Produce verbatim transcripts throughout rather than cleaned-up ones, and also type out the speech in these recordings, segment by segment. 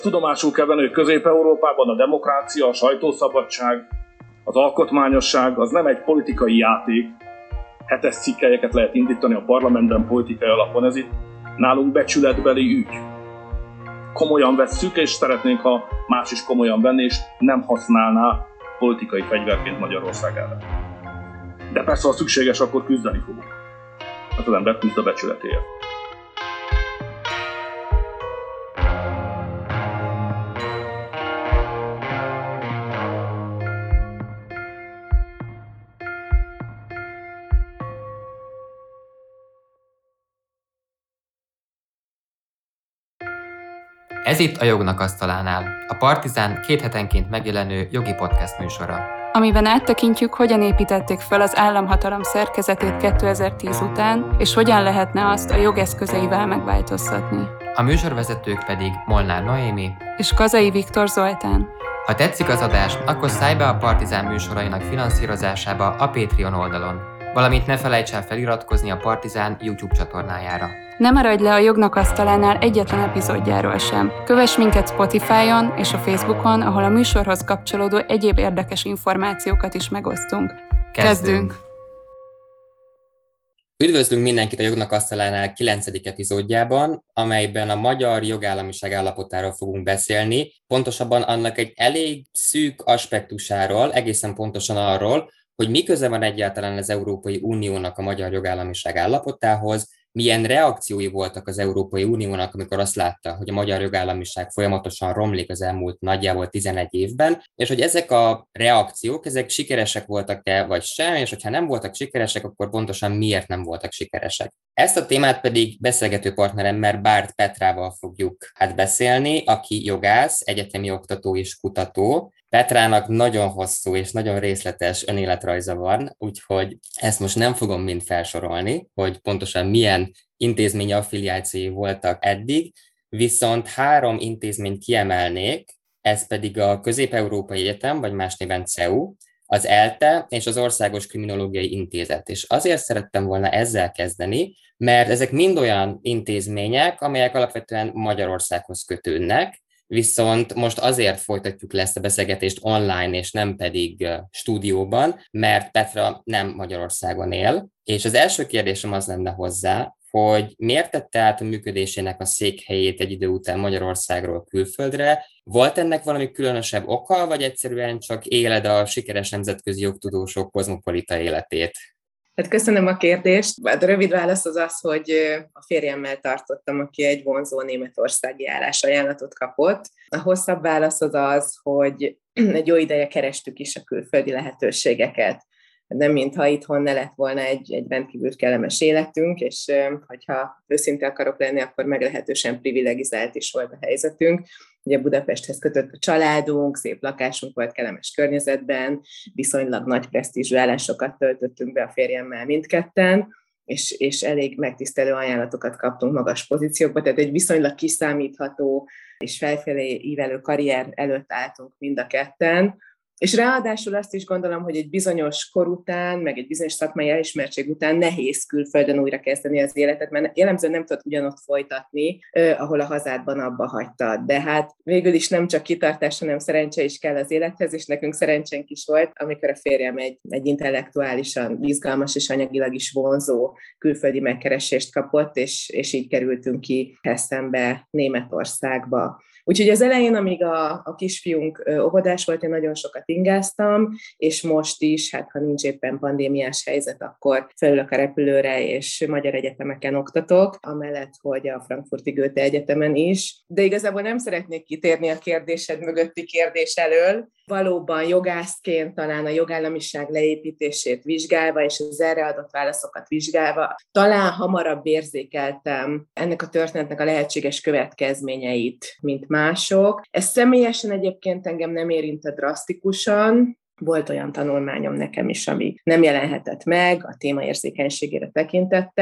Tudomásul kell venni, hogy Közép-Európában a demokrácia, a sajtószabadság, az alkotmányosság az nem egy politikai játék. Hetes cikkelyeket lehet indítani a parlamentben politikai alapon, ez itt nálunk becsületbeli ügy. Komolyan vesszük, és szeretnénk, ha más is komolyan venni, és nem használná politikai fegyverként Magyarország ellen. De persze, ha szükséges, akkor küzdeni fogunk. Hát az ember küzd a becsületéért. Ez itt a Jognak asztalánál, a Partizán két hetenként megjelenő jogi podcast műsora, amiben áttekintjük, hogyan építették fel az államhatalom szerkezetét kétezer-tíz után, és hogyan lehetne azt a jogeszközeivel megváltoztatni. A műsorvezetők pedig Molnár Noémi és Kazai Viktor Zoltán. Ha tetszik az adás, akkor szállj be a Partizán műsorainak finanszírozásába a Patreon oldalon, valamint ne felejts el feliratkozni a Partizán YouTube csatornájára. Ne maradj le a Jognak asztalánál egyetlen epizódjáról sem. Kövess minket Spotify-on és a Facebookon, ahol a műsorhoz kapcsolódó egyéb érdekes információkat is megosztunk. Kezdünk! Üdvözlünk mindenkit a Jognak asztalánál kilencedik epizódjában, amelyben a magyar jogállamiság állapotáról fogunk beszélni, pontosabban annak egy elég szűk aspektusáról, egészen pontosan arról, hogy mi köze van egyáltalán az Európai Uniónak a magyar jogállamiság állapotához, milyen reakciói voltak az Európai Uniónak, amikor azt látta, hogy a magyar jogállamiság folyamatosan romlik az elmúlt nagyjából tizenegy évben, és hogy ezek a reakciók, ezek sikeresek voltak-e vagy sem, és hogyha nem voltak sikeresek, akkor pontosan miért nem voltak sikeresek. Ezt a témát pedig beszélgető partneremmel, Bárd Petrával fogjuk hát beszélni, aki jogász, egyetemi oktató és kutató. Petrának nagyon hosszú és nagyon részletes önéletrajza van, úgyhogy ezt most nem fogom mind felsorolni, hogy pontosan milyen intézményi affiliációi voltak eddig, viszont három intézményt kiemelnék, ez pedig a Közép-Európai Egyetem, vagy más néven cé e u, az ELTE és az Országos Kriminológiai Intézet. És azért szerettem volna ezzel kezdeni, mert ezek mind olyan intézmények, amelyek alapvetően Magyarországhoz kötődnek, viszont most azért folytatjuk le ezt a beszélgetést online, és nem pedig stúdióban, mert Petra nem Magyarországon él. És az első kérdésem az lenne hozzá, hogy miért tette át a működésének a székhelyét egy idő után Magyarországról külföldre? Volt ennek valami különösebb oka, vagy egyszerűen csak éled a sikeres nemzetközi jogtudósok kozmopolita életét? Hát köszönöm a kérdést. A rövid válasz az az, hogy a férjemmel tartottam, aki egy vonzó németországi állásajánlatot kapott. A hosszabb válasz az az, hogy egy jó ideje kerestük is a külföldi lehetőségeket. Nem mintha itthon ne lett volna egy, egy rendkívül kellemes életünk, és hogyha őszinte akarok lenni, akkor meglehetősen privilegizált is volt a helyzetünk. Ugye Budapesthez kötött a családunk, szép lakásunk volt kellemes környezetben, viszonylag nagy presztízsű állásokat töltöttünk be a férjemmel mindketten, és, és elég megtisztelő ajánlatokat kaptunk magas pozíciókba, tehát egy viszonylag kiszámítható és felfelé ívelő karrier előtt álltunk mind a ketten. És ráadásul azt is gondolom, hogy egy bizonyos kor után, meg egy bizonyos szakmai elismertség után nehéz külföldön újra kezdeni az életet, mert jellemzően nem tudod ugyanott folytatni, eh, ahol a hazádban abba hagytad. De hát végül is nem csak kitartás, hanem szerencse is kell az élethez, és nekünk szerencsénk is volt, amikor a férjem egy, egy intellektuálisan izgalmas és anyagilag is vonzó külföldi megkeresést kapott, és, és így kerültünk ki Hessenbe, Németországba. Úgyhogy az elején, amíg a, a kisfiunk óvodás volt, én nagyon sokat ingáztam, és most is, hát ha nincs éppen pandémiás helyzet, akkor felülök a repülőre, és magyar egyetemeken oktatok, amellett, hogy a Frankfurti Goethe Egyetemen is. De igazából nem szeretnék kitérni a kérdésed mögötti kérdés elől. Valóban jogászként talán a jogállamiság leépítését vizsgálva, és az erre adott válaszokat vizsgálva, talán hamarabb érzékeltem ennek a történetnek a lehetséges következményeit, mint mások. Ez személyesen egyébként engem nem érintett drasztikusan. Volt olyan tanulmányom nekem is, ami nem jelenhetett meg a téma érzékenységére tekintettel,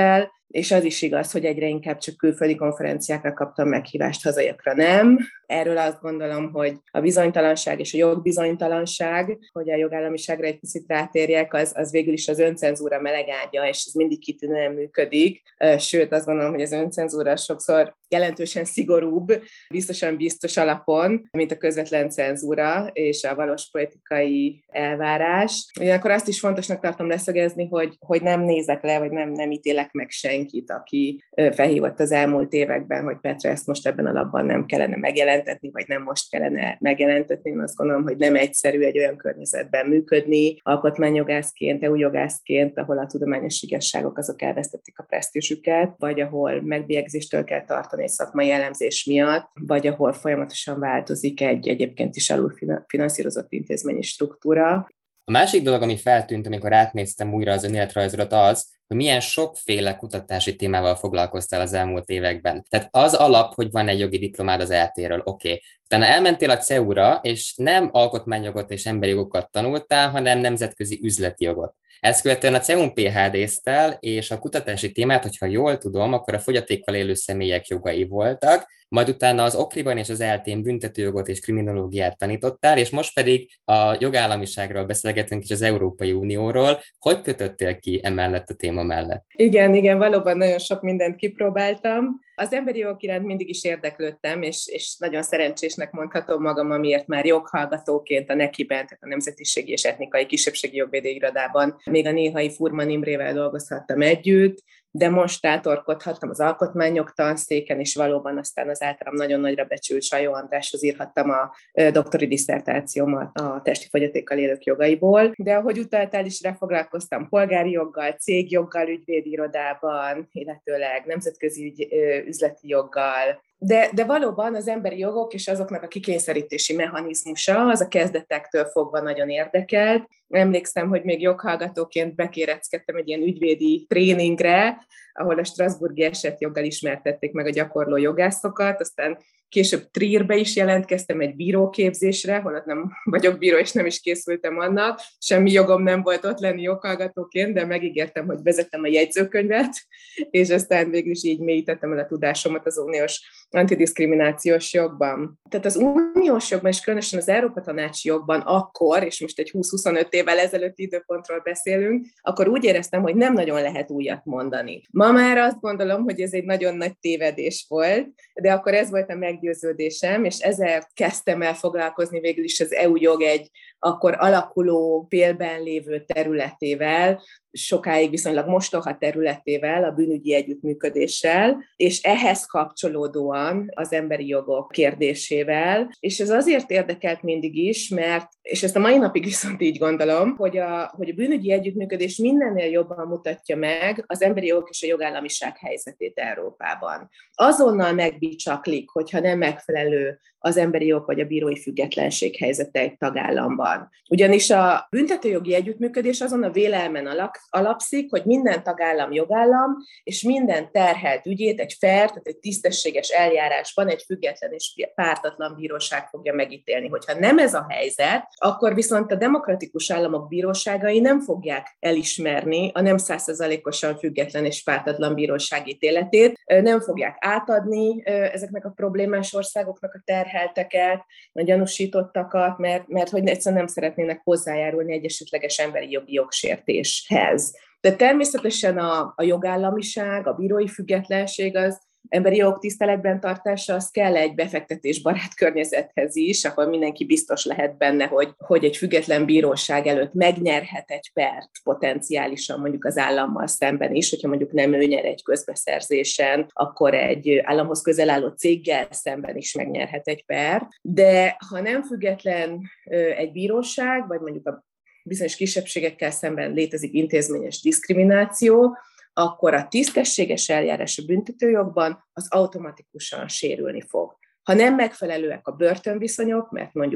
és az is igaz, hogy egyre inkább csak külföldi konferenciákra kaptam meghívást, hazaiakra nem. Erről azt gondolom, hogy a bizonytalanság és a jogbizonytalanság, hogy a jogállamiságra egy picit rátérjek, az, az végül is az öncenzúra melegágya, és ez mindig kitűnően működik. Sőt, azt gondolom, hogy az öncenzúra sokszor jelentősen szigorúbb, biztosan biztos alapon, mint a közvetlen cenzúra és a valós politikai elvárás. Ugyanakkor azt is fontosnak tartom leszögezni, hogy, hogy nem nézek le, vagy nem, nem ítélek meg senkit, aki felhívott az elmúlt években, hogy Petra, ezt most ebben a labban nem kellene megjelentetni, vagy nem most kellene megjelentetni. Én azt gondolom, hogy nem egyszerű egy olyan környezetben működni, alkotmányjogászként, é u-jogászként, ahol a tudományos igazságok azok elvesztették a presztízsüket, vagy ahol megbélyegzéstől kell tartani egy szakmai elemzés miatt, vagy ahol folyamatosan változik egy egyébként is alul finanszírozott intézményi struktúra. A másik dolog, ami feltűnt, amikor átnéztem újra az önéletrajzodat, az, hogy milyen sokféle kutatási témával foglalkoztál az elmúlt években. Tehát az alap, hogy van egy jogi diplomád az é té-ről, oké. Okay. Utána elmentél a cé e u-ra, és nem alkotmányjogot és emberi jogokat tanultál, hanem nemzetközi üzleti jogot. Ezt követően a cé e u-n pé há dé-ztél, és a kutatási témát, hogyha jól tudom, akkor a fogyatékkal élő személyek jogai voltak, majd utána az okriban és az é el té-n büntetőjogot és kriminológiát tanítottál, és most pedig a jogállamiságról beszélgetünk és az Európai Unióról. Hogy kötöttél ki emellett a téma mellett? Igen, igen, valóban nagyon sok mindent kipróbáltam. Az emberi jogok iránt mindig is érdeklődtem, és, és nagyon szerencsésnek mondhatom magam, amiért már joghallgatóként a nekiben, tehát a Nemzetiségi és Etnikai Kisebbségi Jogvédő Irodában még a néhai Furman Imrével dolgozhattam együtt, de most átorkodhattam az alkotmányok tanszéken, és valóban aztán az általam nagyon nagyra becsült Sajó Andráshoz írhattam a doktori disszertációmat a testi fogyatékkal élők jogaiból. De ahogy utaltál is, foglalkoztam polgári joggal, cégjoggal, ügyvédi irodában, illetőleg nemzetközi ügy, üzleti joggal. De, de valóban az emberi jogok és azoknak a kikényszerítési mechanizmusa az a kezdetektől fogva nagyon érdekelt. Emlékszem, hogy még joghallgatóként bekéreckedtem egy ilyen ügyvédi tréningre, ahol a strasbourgi esetjoggal ismertették meg a gyakorló jogászokat, aztán később Trierbe is jelentkeztem egy bíróképzésre, holott nem vagyok bíró, és nem is készültem annak. Semmi jogom nem volt ott lenni joghallgatóként, de megígértem, hogy vezettem a jegyzőkönyvet, és aztán végül is így mélyítettem el a tudásomat az uniós antidiszkriminációs jogban. Tehát az uniós jogban, és különösen az Európa Tanácsi jogban akkor, és most egy húsz-huszonöt évvel ezelőtti időpontról beszélünk, akkor úgy éreztem, hogy nem nagyon lehet újat mondani. Ma már azt gondolom, hogy ez egy nagyon nagy tévedés volt, de akkor ez volt a meggyőződésem, és ezzel kezdtem el foglalkozni végül is az é u jog egy akkor alakuló, félben lévő területével, sokáig viszonylag mostoha területével, a bűnügyi együttműködéssel, és ehhez kapcsolódóan az emberi jogok kérdésével. És ez azért érdekelt mindig is, mert, és ezt a mai napig viszont így gondolom, hogy a, hogy a bűnügyi együttműködés mindennél jobban mutatja meg az emberi jogok és a jogállamiság helyzetét Európában. Azonnal megbicsaklik, hogyha nem megfelelő az emberi jog vagy a bírói függetlenség helyzete egy tagállamban. Ugyanis a büntetőjogi együttműködés azon a vélelmen alapszik, hogy minden tagállam jogállam, és minden terhelt ügyét egy fair, tehát egy tisztességes eljárásban egy független és pártatlan bíróság fogja megítélni. Hogyha nem ez a helyzet, akkor viszont a demokratikus államok bíróságai nem fogják elismerni a nem száz százalékosan független és pártatlan bíróság ítéletét, nem fogják átadni ezeknek a problémás országoknak a terhelteket, a gyanúsítottakat, mert, mert hogy egyszerűen nem szeretnének hozzájárulni egy esetleges emberi jogi jogsértéshez. De természetesen a, a jogállamiság, a bírói függetlenség az emberi jogok tiszteletben tartása, az kell egy befektetésbarát környezethez is, ahol mindenki biztos lehet benne, hogy, hogy egy független bíróság előtt megnyerhet egy pert potenciálisan mondjuk az állammal szemben is, hogyha mondjuk nem ő nyer egy közbeszerzésen, akkor egy államhoz közel álló céggel szemben is megnyerhet egy pert. De ha nem független egy bíróság, vagy mondjuk a bizonyos kisebbségekkel szemben létezik intézményes diszkrimináció, akkor a tisztességes eljárás a büntetőjogban az automatikusan sérülni fog. Ha nem megfelelőek a börtönviszonyok, mert mondjuk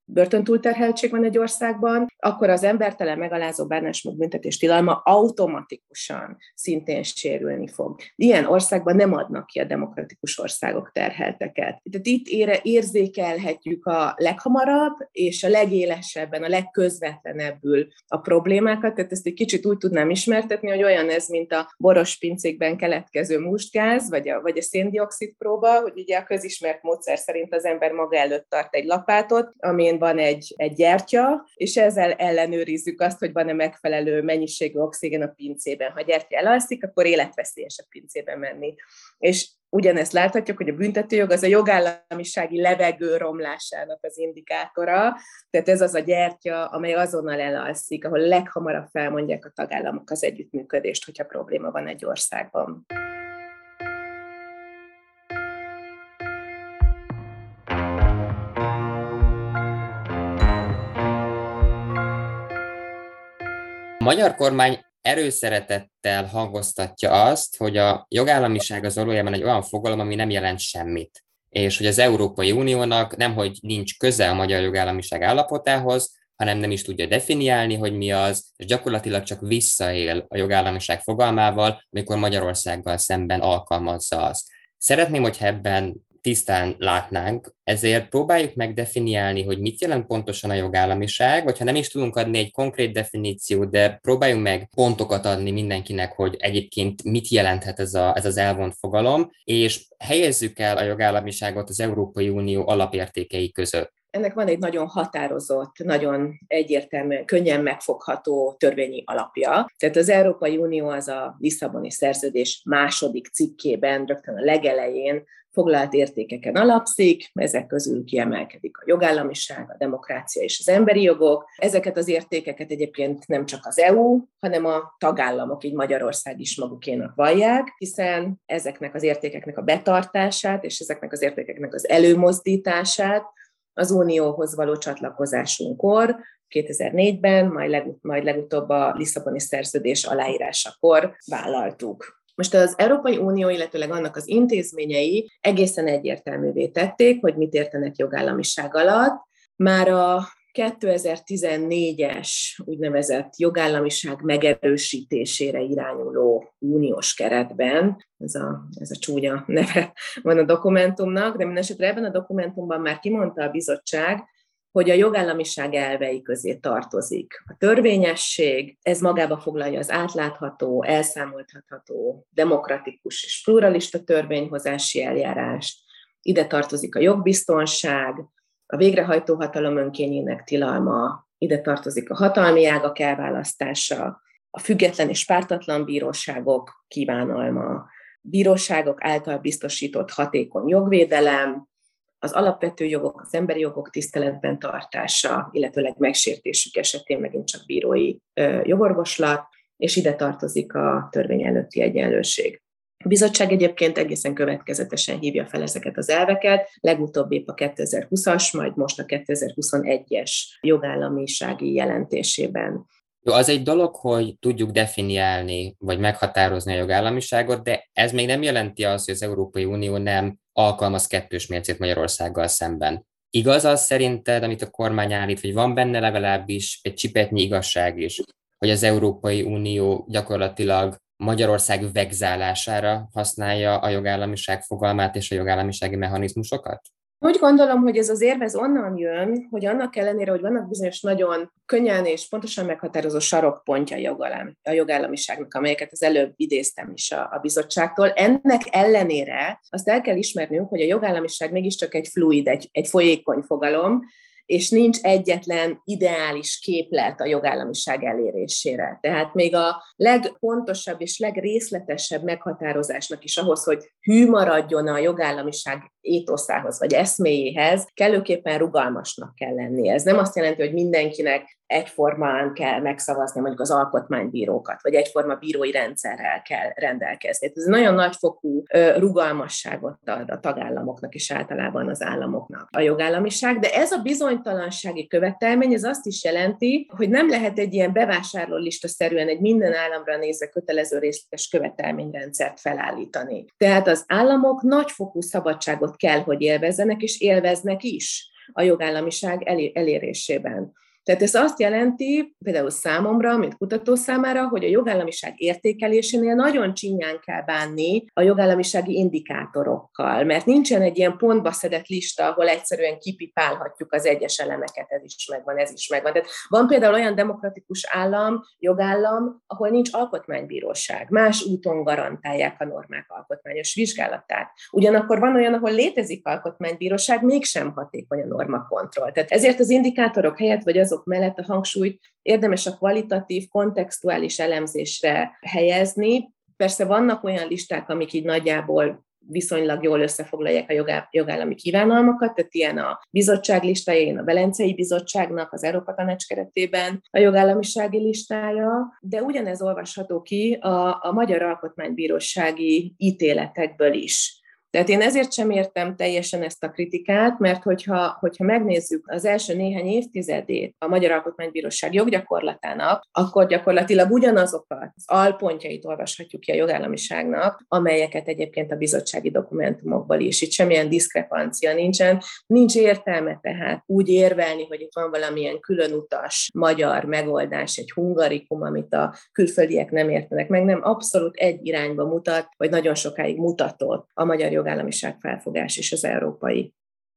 börtöntúlterheltség van egy országban, akkor az embertelen megalázó bánásmód büntetés tilalma automatikusan szintén sérülni fog. Ilyen országban nem adnak ki a demokratikus országok terhelteket. Tehát itt ére érzékelhetjük a leghamarabb és a legélesebben, a legközvetlenebbül a problémákat, tehát ezt egy kicsit úgy tudnám ismertetni, hogy olyan ez, mint a boros pincékben keletkező mustgáz, vagy a, vagy a széndioxid próba, hogy ugye a közismert módszer szerint az ember maga előtt tart egy lapátot, amin van egy, egy gyertya, és ezzel ellenőrizzük azt, hogy van-e megfelelő mennyiségű oxigén a pincében. Ha a gyertya elalszik, akkor életveszélyes a pincében menni. És ugyanezt láthatjuk, hogy a büntetőjog az a jogállamisági levegő romlásának az indikátora, tehát ez az a gyertya, amely azonnal elalszik, ahol leghamarabb felmondják a tagállamok az együttműködést, hogyha probléma van egy országban. A magyar kormány erőszeretettel hangoztatja azt, hogy a jogállamiság az valójában egy olyan fogalom, ami nem jelent semmit, és hogy az Európai Uniónak nemhogy nincs köze a magyar jogállamiság állapotához, hanem nem is tudja definiálni, hogy mi az, és gyakorlatilag csak visszaél a jogállamiság fogalmával, amikor Magyarországgal szemben alkalmazza azt. Szeretném, hogyha ebben tisztán látnánk, ezért próbáljuk meg definiálni, hogy mit jelent pontosan a jogállamiság, vagy ha nem is tudunk adni egy konkrét definíciót, de próbáljunk meg pontokat adni mindenkinek, hogy egyébként mit jelenthet ez, a, ez az elvont fogalom, és helyezzük el a jogállamiságot az Európai Unió alapértékei között. Ennek van egy nagyon határozott, nagyon egyértelműen, könnyen megfogható törvényi alapja. Tehát az Európai Unió az a Lisszaboni Szerződés második cikkében, rögtön a legelején foglalt értékeken alapszik, ezek közül kiemelkedik a jogállamiság, a demokrácia és az emberi jogok. Ezeket az értékeket egyébként nem csak az é u, hanem a tagállamok, így Magyarország is magukénak vallják, hiszen ezeknek az értékeknek a betartását és ezeknek az értékeknek az előmozdítását az Unióhoz való csatlakozásunkkor, kétezer-négyben, majd, legut- majd legutóbb a Lisszaboni Szerződés aláírásakor vállaltuk. Most az Európai Unió, illetőleg annak az intézményei egészen egyértelművé tették, hogy mit értenek jogállamiság alatt. Már a kétezer-tizennégyes úgynevezett jogállamiság megerősítésére irányuló uniós keretben, ez a, ez a csúnya neve van a dokumentumnak, de mindenesetre ebben a dokumentumban már kimondta a bizottság, hogy a jogállamiság elvei közé tartozik a törvényesség, ez magába foglalja az átlátható, elszámoltatható, demokratikus és pluralista törvényhozási eljárást, ide tartozik a jogbiztonság, a végrehajtó hatalom önkényének tilalma, ide tartozik a hatalmi ágak elválasztása, a független és pártatlan bíróságok kívánalma, bíróságok által biztosított hatékony jogvédelem, az alapvető jogok, az emberi jogok tiszteletben tartása, illetőleg megsértésük esetén megint csak bírói ö, jogorvoslat, és ide tartozik a törvény előtti egyenlőség. A bizottság egyébként egészen következetesen hívja fel ezeket az elveket, legutóbb épp a kétezer-húszas, majd most a kétezer-huszonegyes jogállamisági jelentésében. Jó, az egy dolog, hogy tudjuk definiálni, vagy meghatározni a jogállamiságot, de ez még nem jelenti azt, hogy az Európai Unió nem alkalmaz kettős mércét Magyarországgal szemben. Igaz az szerinted, amit a kormány állít, hogy van benne legalábbis egy csipetnyi igazság is, hogy az Európai Unió gyakorlatilag Magyarország vegzálására használja a jogállamiság fogalmát és a jogállamisági mechanizmusokat? Úgy gondolom, hogy ez az érv ez onnan jön, hogy annak ellenére, hogy vannak bizonyos nagyon könnyen és pontosan meghatározó sarokpontja a jogállamiságnak, amelyeket az előbb idéztem is a, a bizottságtól, ennek ellenére azt el kell ismernünk, hogy a jogállamiság mégiscsak egy fluid, egy, egy folyékony fogalom, és nincs egyetlen ideális képlet a jogállamiság elérésére. Tehát még a legpontosabb és legrészletesebb meghatározásnak is ahhoz, hogy hű maradjon a jogállamiság étoszához vagy eszméjéhez, kellőképpen rugalmasnak kell lennie. Ez nem azt jelenti, hogy mindenkinek egyformán kell megszavazni mondjuk az alkotmánybírókat, vagy egyforma bírói rendszerrel kell rendelkezni. Ez nagyon nagyfokú rugalmasságot ad a tagállamoknak és általában az államoknak a jogállamiság, de ez a bizonytalansági követelmény, ez azt is jelenti, hogy nem lehet egy ilyen bevásárlólista-szerűen egy minden államra nézve kötelező részletes követelményrendszert felállítani. Tehát az államok nagyfokú szabadságot kell, hogy élvezzenek, és élveznek is a jogállamiság elérésében. Tehát ez azt jelenti, például számomra, mint kutató számára, hogy a jogállamiság értékelésénél nagyon csinyán kell bánni a jogállamisági indikátorokkal, mert nincsen egy ilyen pontba szedett lista, ahol egyszerűen kipipálhatjuk az egyes elemeket, ez is megvan, ez is megvan. Tehát van például olyan demokratikus állam, jogállam, ahol nincs alkotmánybíróság, más úton garantálják a normák alkotmányos vizsgálatát. Ugyanakkor van olyan, ahol létezik alkotmánybíróság, mégsem hatékony a normakontroll. Tehát ezért az indikátorok helyett, vagy azok mellett a hangsúlyt érdemes a kvalitatív, kontextuális elemzésre helyezni. Persze vannak olyan listák, amik így nagyjából viszonylag jól összefoglalják a jogállami kívánalmakat, tehát ilyen a bizottság listája, a Velencei Bizottságnak az Európa Tanács keretében a jogállamisági listája, de ugyanez olvasható ki a, a Magyar Alkotmánybírósági ítéletekből is. Tehát én ezért sem értem teljesen ezt a kritikát, mert hogyha, hogyha megnézzük az első néhány évtizedét a Magyar Alkotmánybíróság joggyakorlatának, akkor gyakorlatilag ugyanazokat az alpontjait olvashatjuk ki a jogállamiságnak, amelyeket egyébként a bizottsági dokumentumokból is. Itt semmilyen diszkrepancia nincsen. Nincs értelme tehát úgy érvelni, hogy itt van valamilyen különutas magyar megoldás, egy hungarikum, amit a külföldiek nem értenek meg, nem, abszolút egy irányba mutat, vagy nagyon sokáig mutatott a magyar jogállamiság felfogás és az európai.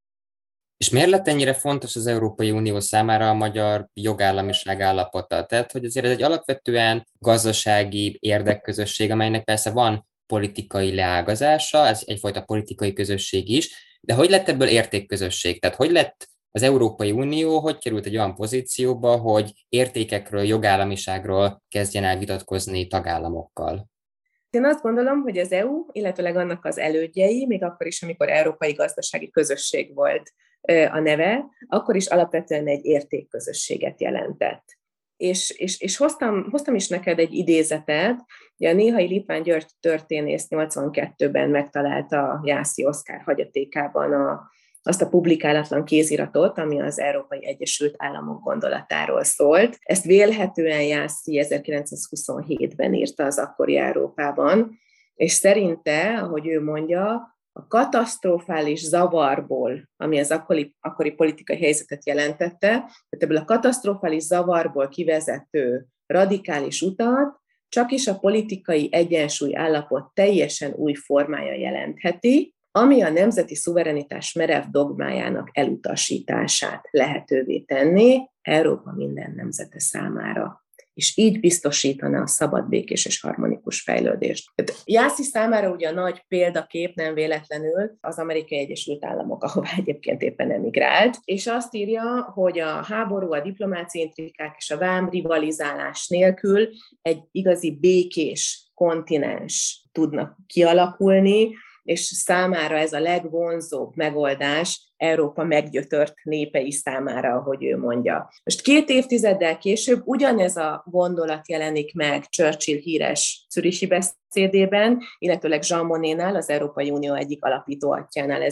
És miért lett ennyire fontos az Európai Unió számára a magyar jogállamiság állapota? Tehát, hogy azért ez egy alapvetően gazdasági érdekközösség, amelynek persze van politikai leágazása, ez egyfajta politikai közösség is, de hogy lett ebből értékközösség? Tehát hogy lett az Európai Unió, hogy került egy olyan pozícióba, hogy értékekről, jogállamiságról kezdjen el vitatkozni tagállamokkal? Én azt gondolom, hogy az é u, illetőleg annak az elődjei, még akkor is, amikor Európai Gazdasági Közösség volt a neve, akkor is alapvetően egy értékközösséget jelentett. És, és, és hoztam, hoztam is neked egy idézetet, ugye a Néhai Litván György történész nyolcvankettőben megtalálta a Jászi Oszkár hagyatékában a azt a publikálatlan kéziratot, ami az Európai Egyesült Államok gondolatáról szólt. Ezt vélhetően Jászi ezerkilencszázhuszonhétben írta az akkori Európában, és szerinte, ahogy ő mondja, a katasztrofális zavarból, ami az akkori, akkori politikai helyzetet jelentette, tehát ebből a katasztrofális zavarból kivezető radikális utat csak is a politikai egyensúly állapot teljesen új formája jelentheti, ami a nemzeti szuverenitás merev dogmájának elutasítását lehetővé tenné Európa minden nemzete számára, és így biztosítana a szabad, békés és harmonikus fejlődést. Jászi számára ugye a nagy példakép nem véletlenül az Amerikai Egyesült Államok, ahová egyébként éppen emigrált, és azt írja, hogy a háború, a diplomáciai intrikák és a vám rivalizálás nélkül egy igazi békés kontinens tudnak kialakulni, és számára ez a legvonzóbb megoldás Európa meggyötört népei számára, ahogy ő mondja. Most két évtizeddel később ugyanez a gondolat jelenik meg Churchill híres zürichi beszédében, illetőleg Jean Monnet-nál, az Európai Unió egyik alapító atyjánál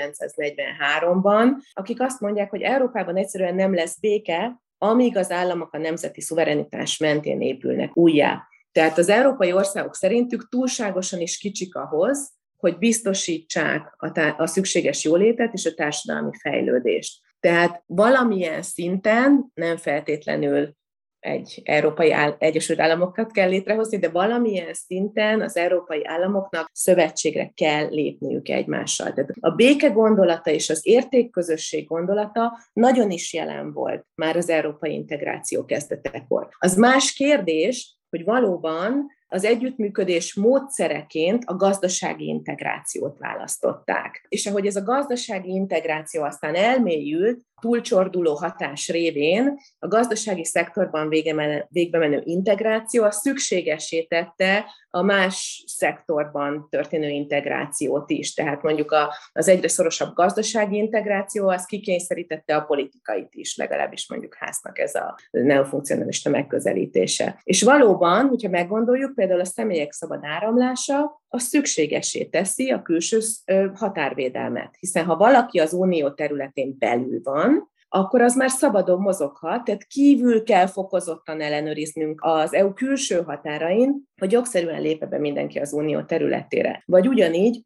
ezerkilencszáznegyvenháromban, akik azt mondják, hogy Európában egyszerűen nem lesz béke, amíg az államok a nemzeti szuverenitás mentén épülnek újjá. Tehát az európai országok szerintük túlságosan is kicsik ahhoz, hogy biztosítsák a, tá- a szükséges jólétet és a társadalmi fejlődést. Tehát valamilyen szinten, nem feltétlenül egy Európai Áll- Egyesült Államokat kell létrehozni, de valamilyen szinten az európai államoknak szövetségre kell lépniük egymással. Tehát a béke gondolata és az értékközösség gondolata nagyon is jelen volt már az európai integráció kezdetekor. Az más kérdés, hogy valóban az együttműködés módszereként a gazdasági integrációt választották. És ahogy ez a gazdasági integráció aztán elmélyült, túlcsorduló hatás révén a gazdasági szektorban végbe menő integráció a szükségessé tette a más szektorban történő integrációt is. Tehát mondjuk a, az egyre szorosabb gazdasági integráció az kikényszerítette a politikait is, legalábbis mondjuk Háznak ez a neofunkcionalista megközelítése. És valóban, hogyha meggondoljuk, például a személyek szabad áramlása, az szükségessé teszi a külső határvédelmet. Hiszen ha valaki az unió területén belül van, akkor az már szabadon mozoghat, tehát kívül kell fokozottan ellenőriznünk az é u külső határain, hogy jogszerűen lép be mindenki az unió területére. Vagy ugyanígy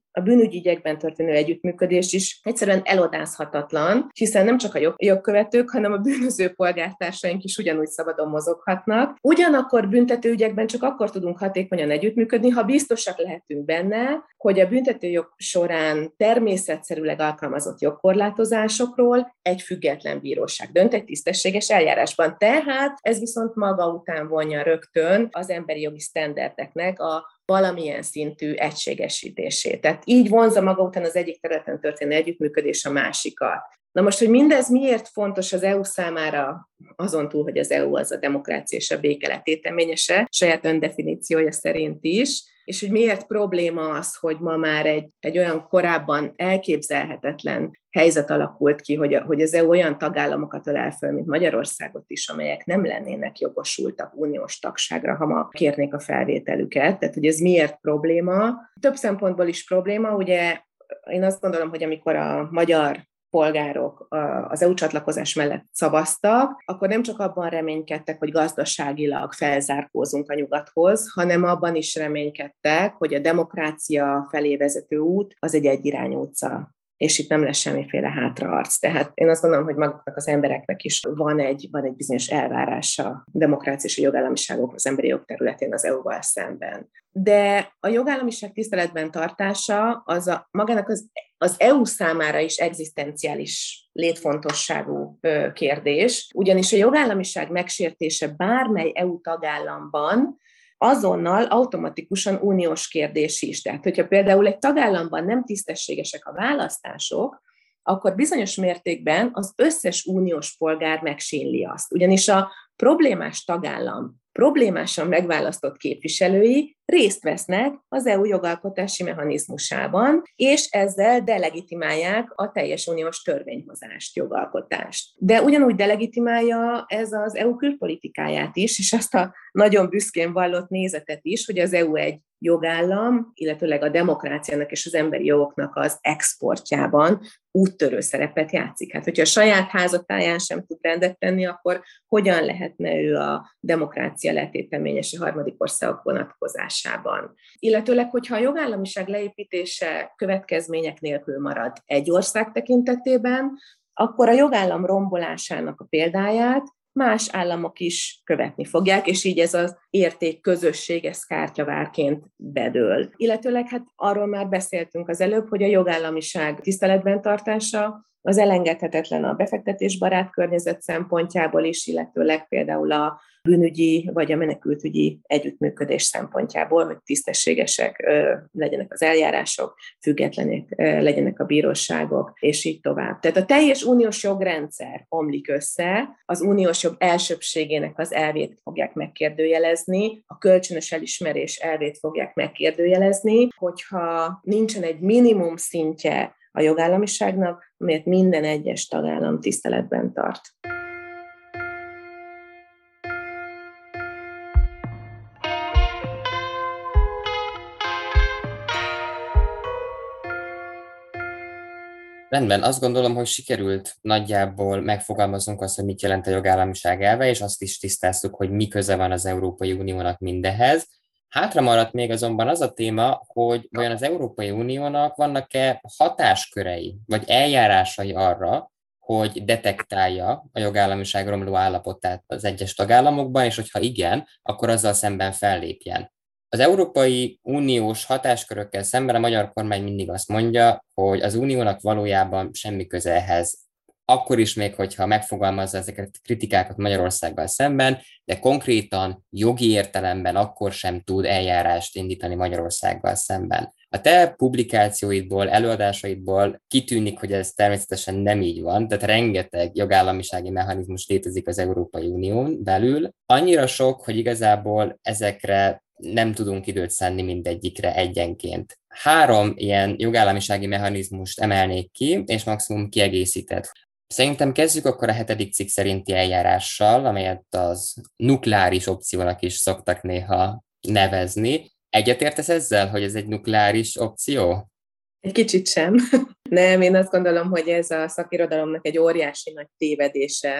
a bűnügyügyekben történő együttműködés is egyszerűen elodázhatatlan, hiszen nem csak a jog, jogkövetők, hanem a bűnöző polgártársaink is ugyanúgy szabadon mozoghatnak. Ugyanakkor büntetőügyekben csak akkor tudunk hatékonyan együttműködni, ha biztosak lehetünk benne, hogy a büntetőjog során természetszerűleg alkalmazott jogkorlátozásokról egy független bíróság dönt egy tisztességes eljárásban. Tehát ez viszont maga után vonja rögtön az emberi jogi sztenderdeknek a valamilyen szintű egységesítését. Tehát így vonza maga után az egyik területen történő együttműködés a másikat. Na most, hogy mindez miért fontos az é u számára, azon túl, hogy az é u az a demokrácia és a béke letéteményese, saját öndefiníciója szerint is, és hogy miért probléma az, hogy ma már egy, egy olyan korábban elképzelhetetlen helyzet alakult ki, hogy, a, hogy az é u olyan tagállamokat ölel föl, mint Magyarországot is, amelyek nem lennének jogosultak uniós tagságra, ha ma kérnék a felvételüket. Tehát, hogy ez miért probléma? Több szempontból is probléma, ugye én azt gondolom, hogy amikor a magyar polgárok az é u csatlakozás mellett szavaztak, akkor nem csak abban reménykedtek, hogy gazdaságilag felzárkózunk a nyugathoz, hanem abban is reménykedtek, hogy a demokrácia felé vezető út az egy egyirányú utca, és itt nem lesz semmiféle hátraarc. Tehát én azt gondolom, hogy maguknak az embereknek is van egy, van egy bizonyos elvárása a demokrácia és a jogállamiságok az emberi jog területén az é u-val szemben. De a jogállamiság tiszteletben tartása az a, magának az, az é u számára is egzisztenciális létfontosságú kérdés, ugyanis a jogállamiság megsértése bármely é u tagállamban azonnal automatikusan uniós kérdés is. Tehát, hogyha például egy tagállamban nem tisztességesek a választások, akkor bizonyos mértékben az összes uniós polgár megsínli azt. Ugyanis a problémás tagállam problémásan megválasztott képviselői részt vesznek az é u jogalkotási mechanizmusában, és ezzel delegitimálják a teljes uniós törvényhozást, jogalkotást. De ugyanúgy delegitimálja ez az é u külpolitikáját is, és azt a nagyon büszkén vallott nézetet is, hogy az é u egy jogállam, illetőleg a demokráciának és az emberi jogoknak az exportjában úttörő szerepet játszik. Hát, hogyha a saját házatáján sem tud rendet tenni, akkor hogyan lehetne ő a demokrácia letéteményes a harmadik országok vonatkozásában? Illetőleg, hogyha a jogállamiság leépítése következmények nélkül marad egy ország tekintetében, akkor a jogállam rombolásának a példáját más államok is követni fogják, és így ez az érték közösség, ez kártyavárként bedől. Illetőleg hát arról már beszéltünk az előbb, hogy a jogállamiság tiszteletben tartása az elengedhetetlen a befektetésbarát környezet szempontjából is, illetőleg például a bűnügyi vagy a menekültügyi együttműködés szempontjából, hogy tisztességesek ö, legyenek az eljárások, függetlenek ö, legyenek a bíróságok, és így tovább. Tehát a teljes uniós jogrendszer omlik össze, az uniós jog elsőbbségének az elvét fogják megkérdőjelezni, a kölcsönös elismerés elvét fogják megkérdőjelezni, hogyha nincsen egy minimum szintje a jogállamiságnak, amelyet minden egyes tagállam tiszteletben tart. Rendben, azt gondolom, hogy sikerült nagyjából megfogalmaznunk azt, hogy mit jelent a jogállamiság elve, és azt is tisztáztuk, hogy mi köze van az Európai Uniónak mindehez. Hátra maradt még azonban az a téma, hogy vajon az Európai Uniónak vannak-e hatáskörei, vagy eljárásai arra, hogy detektálja a jogállamiság romló állapotát az egyes tagállamokban, és hogyha igen, akkor azzal szemben fellépjen. Az Európai Uniós hatáskörökkel szemben a magyar kormány mindig azt mondja, hogy az uniónak valójában semmi köze ehhez. Akkor is még, hogyha megfogalmazza ezeket a kritikákat Magyarországgal szemben, de konkrétan jogi értelemben akkor sem tud eljárást indítani Magyarországgal szemben. A te publikációidból, előadásaidból kitűnik, hogy ez természetesen nem így van, tehát rengeteg jogállamisági mechanizmus létezik az Európai Unión belül. Annyira sok, hogy igazából ezekre nem tudunk időt szánni mindegyikre egyenként. Három ilyen jogállamisági mechanizmust emelnék ki, és maximum kiegészített. Szerintem kezdjük akkor a hetedik cikk szerinti eljárással, amelyet az nukleáris opciónak is szoktak néha nevezni. Egyetértesz ezzel, hogy ez egy nukleáris opció? Egy kicsit sem. Nem, én azt gondolom, hogy ez a szakirodalomnak egy óriási nagy tévedése,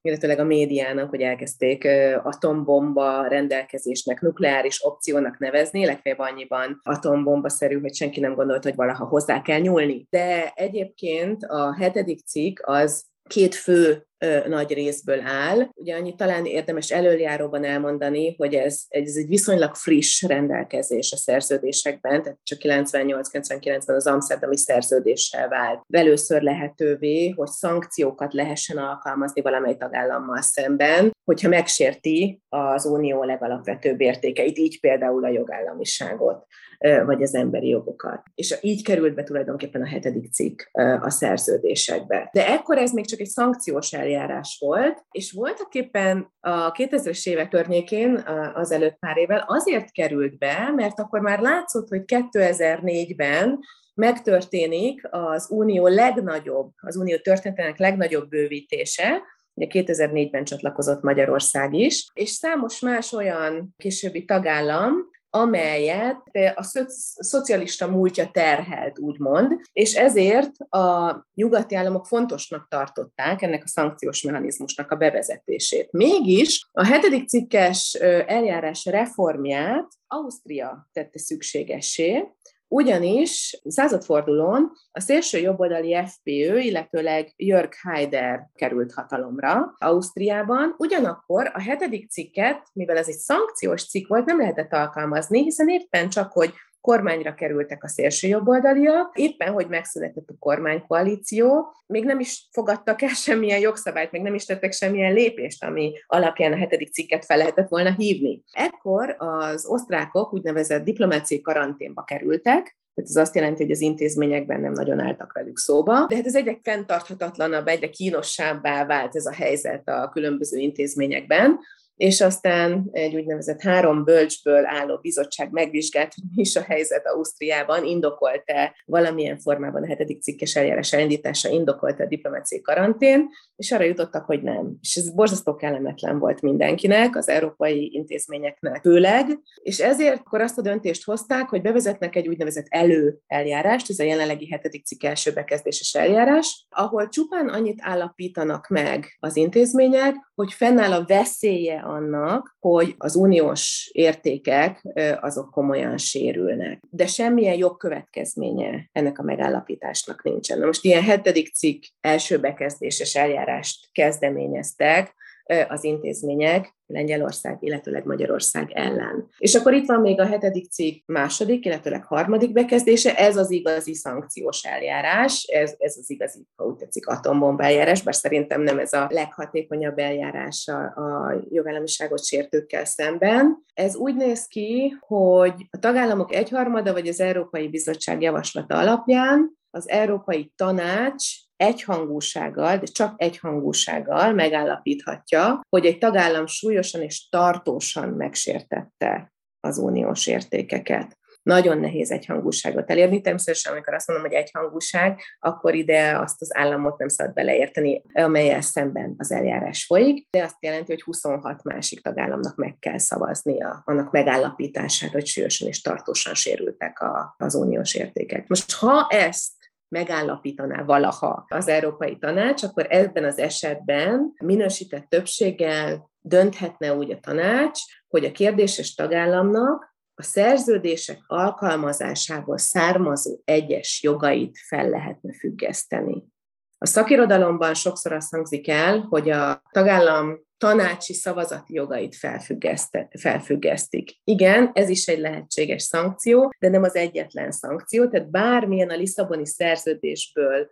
illetőleg a médiának, hogy elkezdték atombomba rendelkezésnek, nukleáris opciónak nevezni, legfeljebb annyiban atombomba-szerű, hogy senki nem gondolt, hogy valaha hozzá kell nyúlni. De egyébként a hetedik cikk az két fő ö, nagy részből áll. Ugye annyit talán érdemes előjáróban elmondani, hogy ez, ez egy viszonylag friss rendelkezés a szerződésekben, tehát csak kilencvennyolc kilencvenkilencben az amszterdami szerződéssel vált először lehetővé, hogy szankciókat lehessen alkalmazni valamely tagállammal szemben, hogyha megsérti az unió legalapvetőbb értékeit, így például a jogállamiságot, vagy az emberi jogokat. És így került be tulajdonképpen a hetedik cikk a szerződésekbe. De ekkor ez még csak egy szankciós eljárás volt, és voltak éppen a kétezres évek környékén, azelőtt pár évvel azért került be, mert akkor már látszott, hogy kétezer-négyben megtörténik az unió legnagyobb, az unió történetének legnagyobb bővítése, ugye kétezer-négyben csatlakozott Magyarország is, és számos más olyan későbbi tagállam, amelyet a szocialista múltja terhelt, úgymond, és ezért a nyugati államok fontosnak tartották ennek a szankciós mechanizmusnak a bevezetését. Mégis a hetedik cikkes eljárás reformját Ausztria tette szükségessé, ugyanis századfordulón a szélső jobboldali ef pé ö, illetőleg Jörg Haider került hatalomra Ausztriában, ugyanakkor a hetedik cikket, mivel ez egy szankciós cikk volt, nem lehetett alkalmazni, hiszen éppen csak, hogy kormányra kerültek a szélső jobboldaliak, éppen, hogy megszületett a kormánykoalíció, még nem is fogadtak el semmilyen jogszabályt, még nem is tettek semmilyen lépést, ami alapján a hetedik cikket fel lehetett volna hívni. Ekkor az osztrákok úgynevezett diplomáciai karanténba kerültek, tehát ez azt jelenti, hogy az intézményekben nem nagyon álltak velük szóba, de hát ez egyre fenntarthatatlanabb, egyre kínosabbá vált ez a helyzet a különböző intézményekben, és aztán egy úgynevezett három bölcsből álló bizottság megvizsgált, hogy mi is a helyzet Ausztriában, indokolt-e valamilyen formában a hetedik cikkes eljárás elindítása, indokolt-e a diplomáciai karantén, és arra jutottak, hogy nem. És ez borzasztó kellemetlen volt mindenkinek, az európai intézményeknek főleg, és ezért akkor azt a döntést hozták, hogy bevezetnek egy úgynevezett előeljárást, ez a jelenlegi hetedik cikk első bekezdéses eljárás, ahol csupán annyit állapítanak meg az intézmények, hogy fennáll a veszélye annak, hogy az uniós értékek azok komolyan sérülnek. De semmilyen jogkövetkezménye ennek a megállapításnak nincsen. Na most ilyen hetedik cikk első bekezdéses eljárást kezdeményeztek az intézmények Lengyelország, illetőleg Magyarország ellen. És akkor itt van még a hetedik cikk második, illetőleg harmadik bekezdése, ez az igazi szankciós eljárás, ez, ez az igazi, ha úgy tetszik, atombomba eljárás, bár szerintem nem ez a leghatékonyabb eljárás a, a jogállamiságot sértőkkel szemben. Ez úgy néz ki, hogy a tagállamok egyharmada vagy az Európai Bizottság javaslata alapján az Európai Tanács egyhangúsággal, de csak egyhangúsággal megállapíthatja, hogy egy tagállam súlyosan és tartósan megsértette az uniós értékeket. Nagyon nehéz egyhangúságot elérni. Természetesen, amikor azt mondom, hogy egyhangúság, akkor ide azt az államot nem szabad beleérteni, amellyel szemben az eljárás folyik, de azt jelenti, hogy huszonhat másik tagállamnak meg kell szavaznia annak megállapítására, hogy súlyosan és tartósan sérültek a, az uniós értékek. Most ha ezt megállapítaná valaha az Európai Tanács, akkor ebben az esetben minősített többséggel dönthetne úgy a tanács, hogy a kérdéses tagállamnak a szerződések alkalmazásából származó egyes jogait fel lehetne függeszteni. A szakirodalomban sokszor azt hangzik el, hogy a tagállam tanácsi szavazati jogait felfüggesztik. Igen, ez is egy lehetséges szankció, de nem az egyetlen szankció, tehát bármilyen a Lisszaboni szerződésből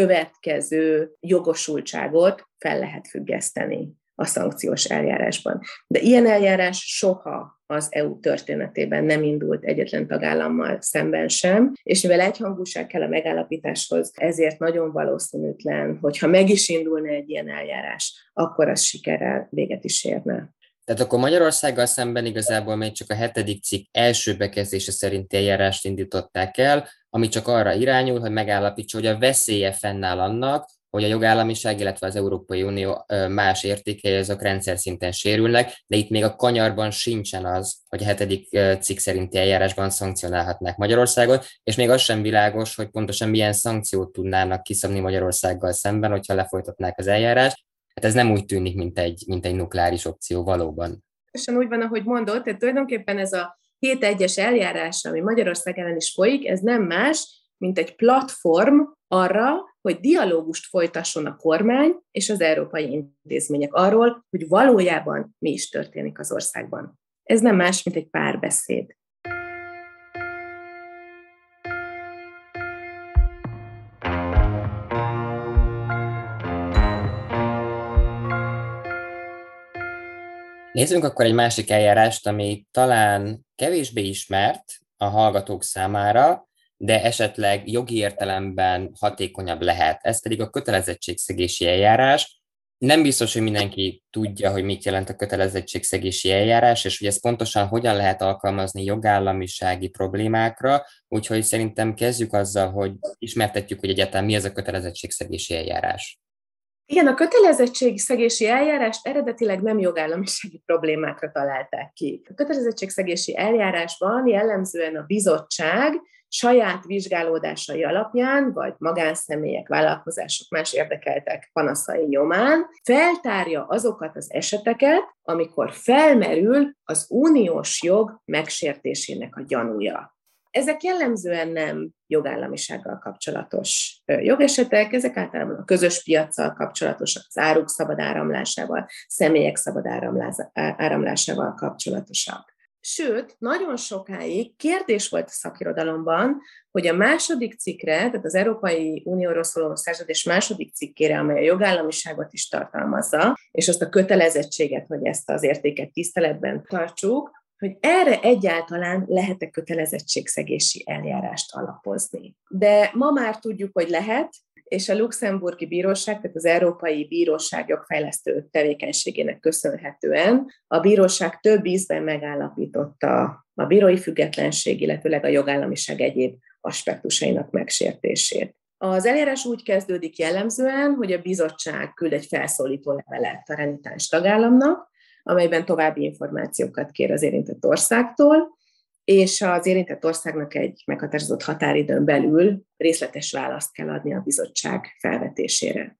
következő jogosultságot fel lehet függeszteni a szankciós eljárásban. De ilyen eljárás soha az é u történetében nem indult egyetlen tagállammal szemben sem, és mivel egyhangúság kell a megállapításhoz, ezért nagyon valószínűtlen, hogyha meg is indulna egy ilyen eljárás, akkor az sikerrel véget is érne. Tehát akkor Magyarországgal szemben igazából még csak a hetedik cikk első bekezdése szerinti eljárást indították el, ami csak arra irányul, hogy megállapítsa, hogy a veszélye fennáll annak, hogy a jogállamiság, illetve az Európai Unió más értékei azok rendszer szinten sérülnek, de itt még a kanyarban sincsen az, hogy a hetedik cikk szerinti eljárásban szankcionálhatnák Magyarországot, és még az sem világos, hogy pontosan milyen szankciót tudnának kiszabni Magyarországgal szemben, hogyha lefolytatnák az eljárást. hát ez nem úgy tűnik, mint egy, mint egy nukleáris opció valóban. És úgy van, ahogy mondod, tehát tulajdonképpen ez a hét egyes eljárás, ami Magyarország ellen is folyik, ez nem más, mint egy platform arra, hogy dialógust folytasson a kormány és az európai intézmények arról, hogy valójában mi is történik az országban. Ez nem más, mint egy párbeszéd. Nézzünk akkor egy másik eljárást, ami talán kevésbé ismert a hallgatók számára, de esetleg jogi értelemben hatékonyabb lehet. Ez pedig a kötelezettségszegési eljárás. Nem biztos, hogy mindenki tudja, hogy mit jelent a kötelezettségszegési eljárás, és hogy ez pontosan hogyan lehet alkalmazni jogállamisági problémákra, úgyhogy szerintem kezdjük azzal, hogy ismertetjük, hogy egyáltalán mi az a kötelezettségszegési eljárás. Igen, a kötelezettségszegési eljárást eredetileg nem jogállamisági problémákra találták ki. A kötelezettségszegési eljárásban jellemzően a bizottság saját vizsgálódásai alapján, vagy magánszemélyek, vállalkozások, más érdekeltek panaszai nyomán feltárja azokat az eseteket, amikor felmerül az uniós jog megsértésének a gyanúja. Ezek jellemzően nem jogállamisággal kapcsolatos jogesetek, ezek általában a közös piaccal kapcsolatosak, az áruk szabad áramlásával, személyek szabad áramlásával kapcsolatosak. Sőt, nagyon sokáig kérdés volt a szakirodalomban, hogy a második cikkre, tehát az Európai Unióról szóló szerződés második cikkére, amely a jogállamiságot is tartalmazza, és azt a kötelezettséget, hogy ezt az értéket tiszteletben tartsuk, hogy erre egyáltalán lehet-e kötelezettségszegési eljárást alapozni. De ma már tudjuk, hogy lehet, és a luxemburgi bíróság, tehát az Európai Bíróság jogfejlesztő tevékenységének köszönhetően a bíróság több ízben megállapította a bírói függetlenség, illetőleg a jogállamiság egyéb aspektusainak megsértését. Az eljárás úgy kezdődik jellemzően, hogy a bizottság küld egy felszólító levelet a renitáns tagállamnak, amelyben további információkat kér az érintett országtól, és az érintett országnak egy meghatározott határidőn belül részletes választ kell adni a bizottság felvetésére.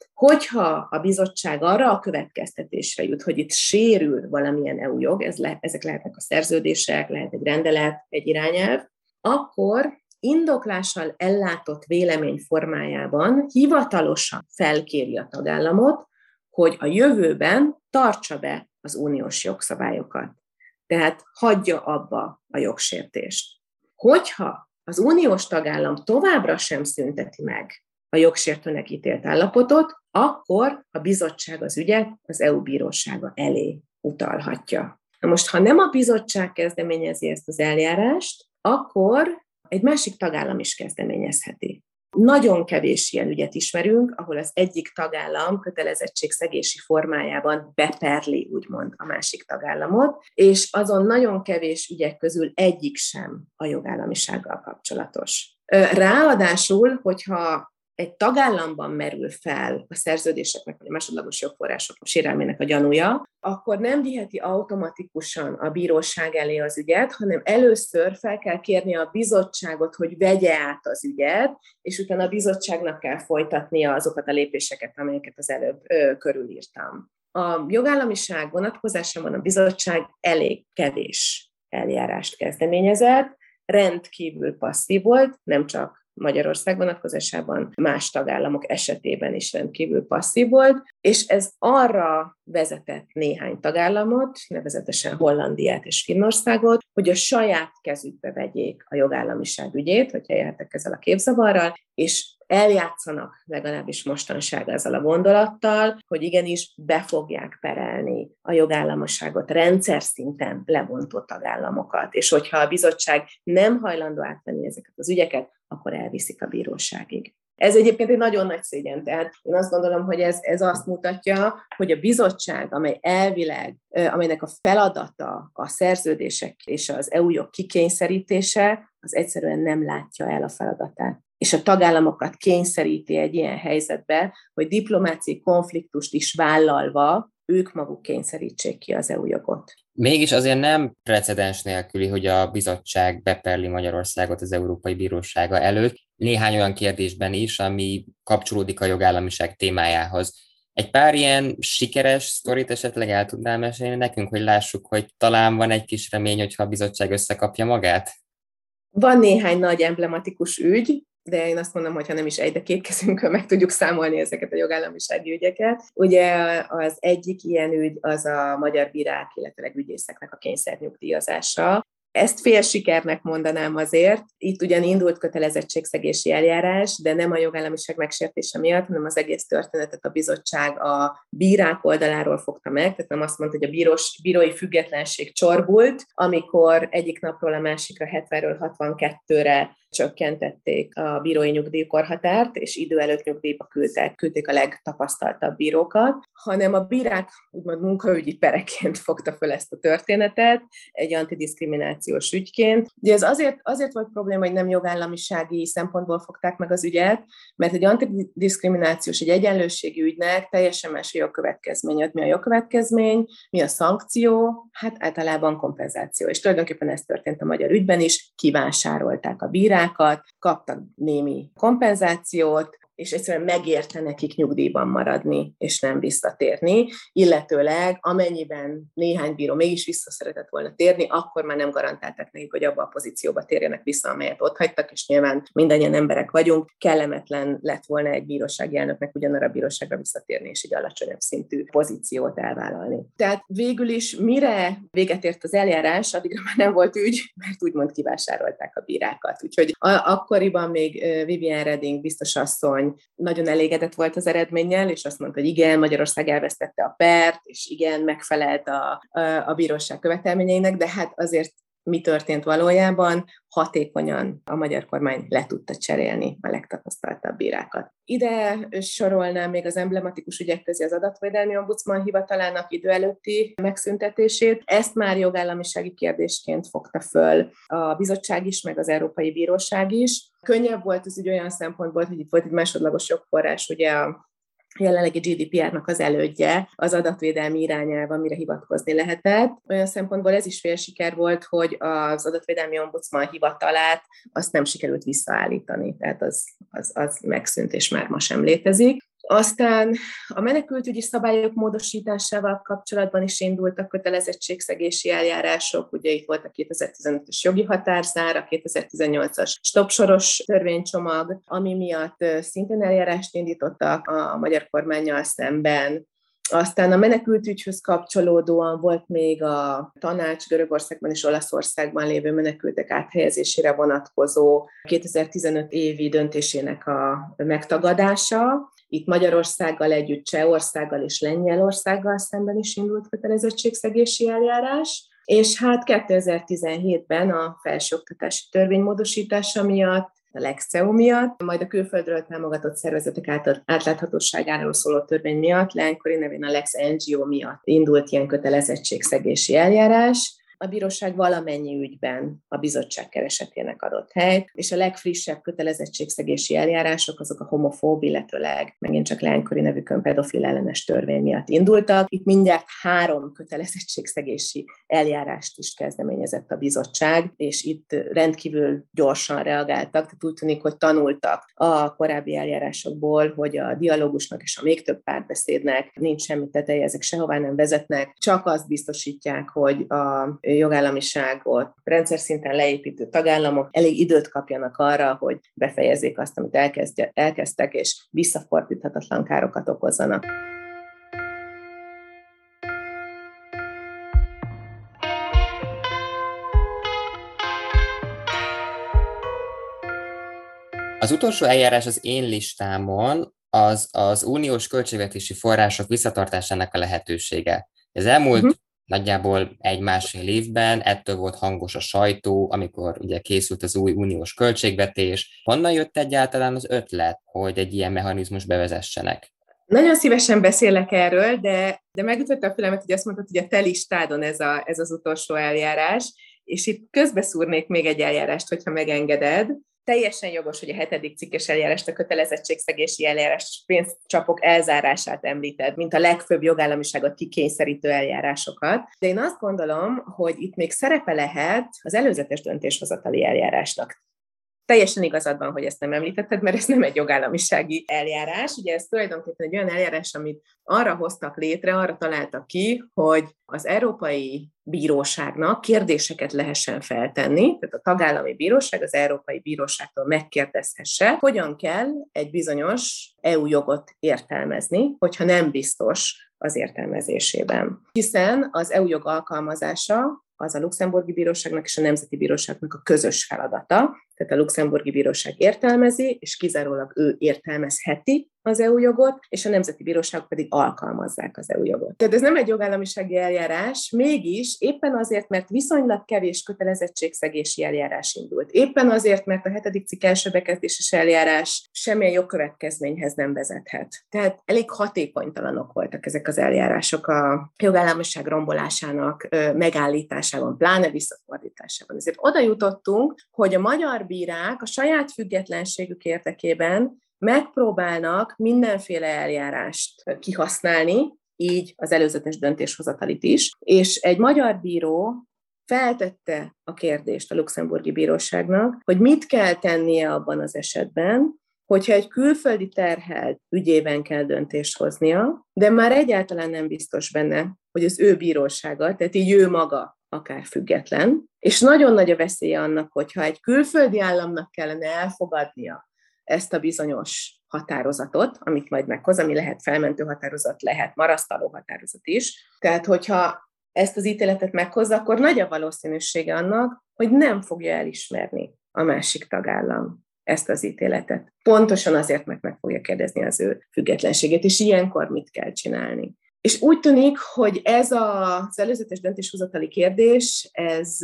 Hogyha a bizottság arra a következtetésre jut, hogy itt sérül valamilyen é u jog, ez le, ezek lehetnek a szerződések, lehet egy rendelet, egy irányelv, akkor indoklással ellátott vélemény formájában hivatalosan felkéri a tagállamot, hogy a jövőben tartsa be az uniós jogszabályokat. Tehát hagyja abba a jogsértést. Hogyha az uniós tagállam továbbra sem szünteti meg a jogsértőnek ítélt állapotot, akkor a bizottság az ügyet az é u bírósága elé utalhatja. Na most, ha nem a bizottság kezdeményezi ezt az eljárást, akkor egy másik tagállam is kezdeményezheti. Nagyon kevés ilyen ügyet ismerünk, ahol az egyik tagállam kötelezettségszegési formájában beperli, úgymond, a másik tagállamot, és azon nagyon kevés ügyek közül egyik sem a jogállamisággal kapcsolatos. Ráadásul, hogyha egy tagállamban merül fel a szerződéseknek, vagy a másodlagos jogforrások sérelmének a gyanúja, akkor nem viheti automatikusan a bíróság elé az ügyet, hanem először fel kell kérni a bizottságot, hogy vegye át az ügyet, és utána a bizottságnak kell folytatnia azokat a lépéseket, amelyeket az előbb ö, körülírtam. A jogállamiság vonatkozásában a bizottság elég kevés eljárást kezdeményezett, rendkívül passzív volt, nem csak Magyarország vonatkozásában, más tagállamok esetében is rendkívül passzív volt, és ez arra vezetett néhány tagállamot, nevezetesen Hollandiát és Finnországot, hogy a saját kezükbe vegyék a jogállamiság ügyét, hogyha élhetek ezzel a képzavarral, és eljátszanak legalábbis mostanság ezzel a gondolattal, hogy igenis be fogják perelni a jogállamiságot rendszer szinten lebontó tagállamokat, és hogyha a bizottság nem hajlandó átvenni ezeket az ügyeket, akkor elviszik a bíróságig. Ez egyébként egy nagyon nagy szégyen, tehát én azt gondolom, hogy ez, ez azt mutatja, hogy a bizottság, amely elvileg, amelynek a feladata a szerződések és az é u jog kikényszerítése, az egyszerűen nem látja el a feladatát. És a tagállamokat kényszeríti egy ilyen helyzetbe, hogy diplomáciai konfliktust is vállalva ők maguk kényszerítsék ki az é u jogot. Mégis azért nem precedens nélküli, hogy a bizottság beperli Magyarországot az Európai Bírósága előtt, néhány olyan kérdésben is, ami kapcsolódik a jogállamiság témájához. Egy pár ilyen sikeres sztorit esetleg el tudnál mesélni nekünk, hogy lássuk, hogy talán van egy kis remény, hogyha a bizottság összekapja magát? Van néhány nagy emblematikus ügy, de én azt mondom, hogy ha nem is egy, de két kezünkön meg tudjuk számolni ezeket a jogállamisági ügyeket. Ugye az egyik ilyen ügy az a magyar bírák, illetve ügyészeknek a kényszernyugdíjazása. Ezt fél sikernek mondanám azért. Itt ugyan indult kötelezettségszegési eljárás, de nem a jogállamiság megsértése miatt, hanem az egész történetet a bizottság a bírák oldaláról fogta meg, tehát nem azt mondta, hogy a bírós, bírói függetlenség csorbult, amikor egyik napról a másikra hetvenről hatvankettőre csökkentették a bírói nyugdíjkorhatárt, és idő előtt nyugdíjba küldték, küldték a legtapasztaltabb bírókat, hanem a bírák úgymond munkaügyi pereként fogta föl ezt a történetet, egy antidiszkriminációs ügyként. Ugye ez azért, azért volt probléma, hogy nem jogállamisági szempontból fogták meg az ügyet, mert egy antidiszkriminációs, egy egyenlőségi ügynek teljesen más a jogkövetkezmény. Mi a jogkövetkezmény, mi a szankció? Hát általában kompenzáció. És tulajdonképpen ez történt a magyar ügyben is, kivásárolták a bírák, kaptak némi kompenzációt, és egyszerűen megérte nekik nyugdíjban maradni, és nem visszatérni, illetőleg amennyiben néhány bíró mégis vissza szeretett volna térni, akkor már nem garantálták nekik, hogy abba a pozícióba térjenek vissza, amelyet ott hagytak, és nyilván mindannyian emberek vagyunk, kellemetlen lett volna egy bírósági elnöknek ugyanarra a bíróságra visszatérni, és egy alacsonyabb szintű pozíciót elvállalni. Tehát végül is, mire véget ért az eljárás, addigra már nem volt ügy, mert úgymond kivásárolták a bírákat. Úgyhogy a- akkoriban még Viviane Reding biztos asszony nagyon elégedett volt az eredménnyel, és azt mondta, hogy igen, Magyarország elvesztette a pert, és igen, megfelelt a, a, a bíróság követelményeinek, de hát azért mi történt valójában? Hatékonyan a magyar kormány le tudta cserélni a legtapasztaltabb bírákat. Ide sorolnám még az emblematikus ügyek közé az adatvédelmi ombudsman hivatalának idő előtti megszüntetését. Ezt már jogállamisági kérdésként fogta föl a bizottság is, meg az Európai Bíróság is. Könnyebb volt az ügy olyan szempontból, hogy itt volt egy másodlagos jogforrás, ugye a jelenlegi gé dé pé er-nak az elődje, az adatvédelmi irányelv, amire hivatkozni lehetett. Olyan szempontból ez is fél siker volt, hogy az adatvédelmi ombudsman hivatalát azt nem sikerült visszaállítani, tehát az, az, az megszűnt, és már ma sem létezik. Aztán a menekültügyi szabályok módosításával kapcsolatban is indultak kötelezettségszegési eljárások. Ugye itt volt a kétezer-tizenötös jogi határzár, a kétezer-tizennyolcas stopsoros törvénycsomag, ami miatt szintén eljárást indítottak a magyar kormánnyal szemben. Aztán a menekültügyhöz kapcsolódóan volt még a tanács Görögországban és Olaszországban lévő menekültek áthelyezésére vonatkozó kétezer-tizenöt évi döntésének a megtagadása. Itt Magyarországgal együtt Csehországgal és Lengyelországgal szemben is indult kötelezettségszegési eljárás. És hát kétezer-tizenhétben a felsőoktatási törvény módosítása miatt, a Lex E U miatt, majd a külföldről támogatott szervezetek átláthatóságáról szóló törvény miatt, leánykori nevén a Lex en gé o miatt indult ilyen kötelezettségszegési eljárás. A bíróság valamennyi ügyben a bizottság keresetének adott helyt, és a legfrissebb kötelezettségszegési eljárások azok a homofób, illetőleg megint csak leánykori nevükön pedofil ellenes törvény miatt indultak. Itt mindjárt három kötelezettségszegési eljárást is kezdeményezett a bizottság, és itt rendkívül gyorsan reagáltak, tehát úgy tűnik, hogy tanultak a korábbi eljárásokból, hogy a dialógusnak és a még több párbeszédnek nincs semmi teteje, ezek sehová nem vezetnek, csak azt biztosítják, hogy a jogállamiságot rendszer szinten leépítő tagállamok elég időt kapjanak arra, hogy befejezzék azt, amit elkezdje, elkezdtek, és visszafordíthatatlan károkat okozzanak. Az utolsó eljárás az én listámon az az uniós költségvetési források visszatartásának a lehetősége. Az elmúlt uh-huh. nagyjából egy-másfél évben ettől volt hangos a sajtó, amikor ugye készült az új uniós költségvetés. Honnan jött egyáltalán az ötlet, hogy egy ilyen mechanizmus bevezessenek? Nagyon szívesen beszélek erről, de, de megütötte a fülemet, hogy azt mondtad, hogy a te listádon ez, a, ez az utolsó eljárás, és itt közbeszúrnék még egy eljárást, hogyha megengeded. Teljesen jogos, hogy a hetedik cikkes eljárást, a kötelezettségszegési eljárás pénzcsapok elzárását említed, mint a legfőbb jogállamiságot kikényszerítő eljárásokat. De én azt gondolom, hogy itt még szerepe lehet az előzetes döntéshozatali eljárásnak. Teljesen igazad van, hogy ezt nem említetted, mert ez nem egy jogállamisági eljárás. Ugye ez tulajdonképpen egy olyan eljárás, amit arra hoztak létre, arra találtak ki, hogy az Európai Bíróságnak kérdéseket lehessen feltenni, tehát a tagállami bíróság az Európai Bíróságtól megkérdezhesse, hogyan kell egy bizonyos é u jogot értelmezni, hogyha nem biztos az értelmezésében. Hiszen az é u jog alkalmazása az a luxemburgi bíróságnak és a nemzeti bíróságnak a közös feladata, tehát a luxemburgi bíróság értelmezi, és kizárólag ő értelmezheti az é u jogot, és a nemzeti bíróságok pedig alkalmazzák az é u jogot. Tehát ez nem egy jogállamisági eljárás, mégis éppen azért, mert viszonylag kevés kötelezettségszegési eljárás indult. Éppen azért, mert a hetedik cikk első bekezdéses eljárás semmilyen jogkövetkezményhez nem vezethet. Tehát elég hatékonytalanok voltak ezek az eljárások a jogállamiság rombolásának megállításában, pláne visszafordításában. Ezért oda jutottunk, hogy a magyar bírák a saját függetlenségük érdekében megpróbálnak mindenféle eljárást kihasználni, így az előzetes döntéshozatalit is, és egy magyar bíró feltette a kérdést a luxemburgi bíróságnak, hogy mit kell tennie abban az esetben, hogyha egy külföldi terhelt ügyében kell döntést hoznia, de már egyáltalán nem biztos benne, hogy az ő bírósága, tehát így ő maga akár független, és nagyon nagy a veszélye annak, hogyha egy külföldi államnak kellene elfogadnia ezt a bizonyos határozatot, amit majd meghoz, ami lehet felmentő határozat, lehet marasztaló határozat is. Tehát, hogyha ezt az ítéletet meghozza, akkor nagy a valószínűsége annak, hogy nem fogja elismerni a másik tagállam ezt az ítéletet. Pontosan azért, mert meg fogja kérdezni az ő függetlenségét, és ilyenkor mit kell csinálni. És úgy tűnik, hogy ez az előzetes döntéshozatali kérdés, ez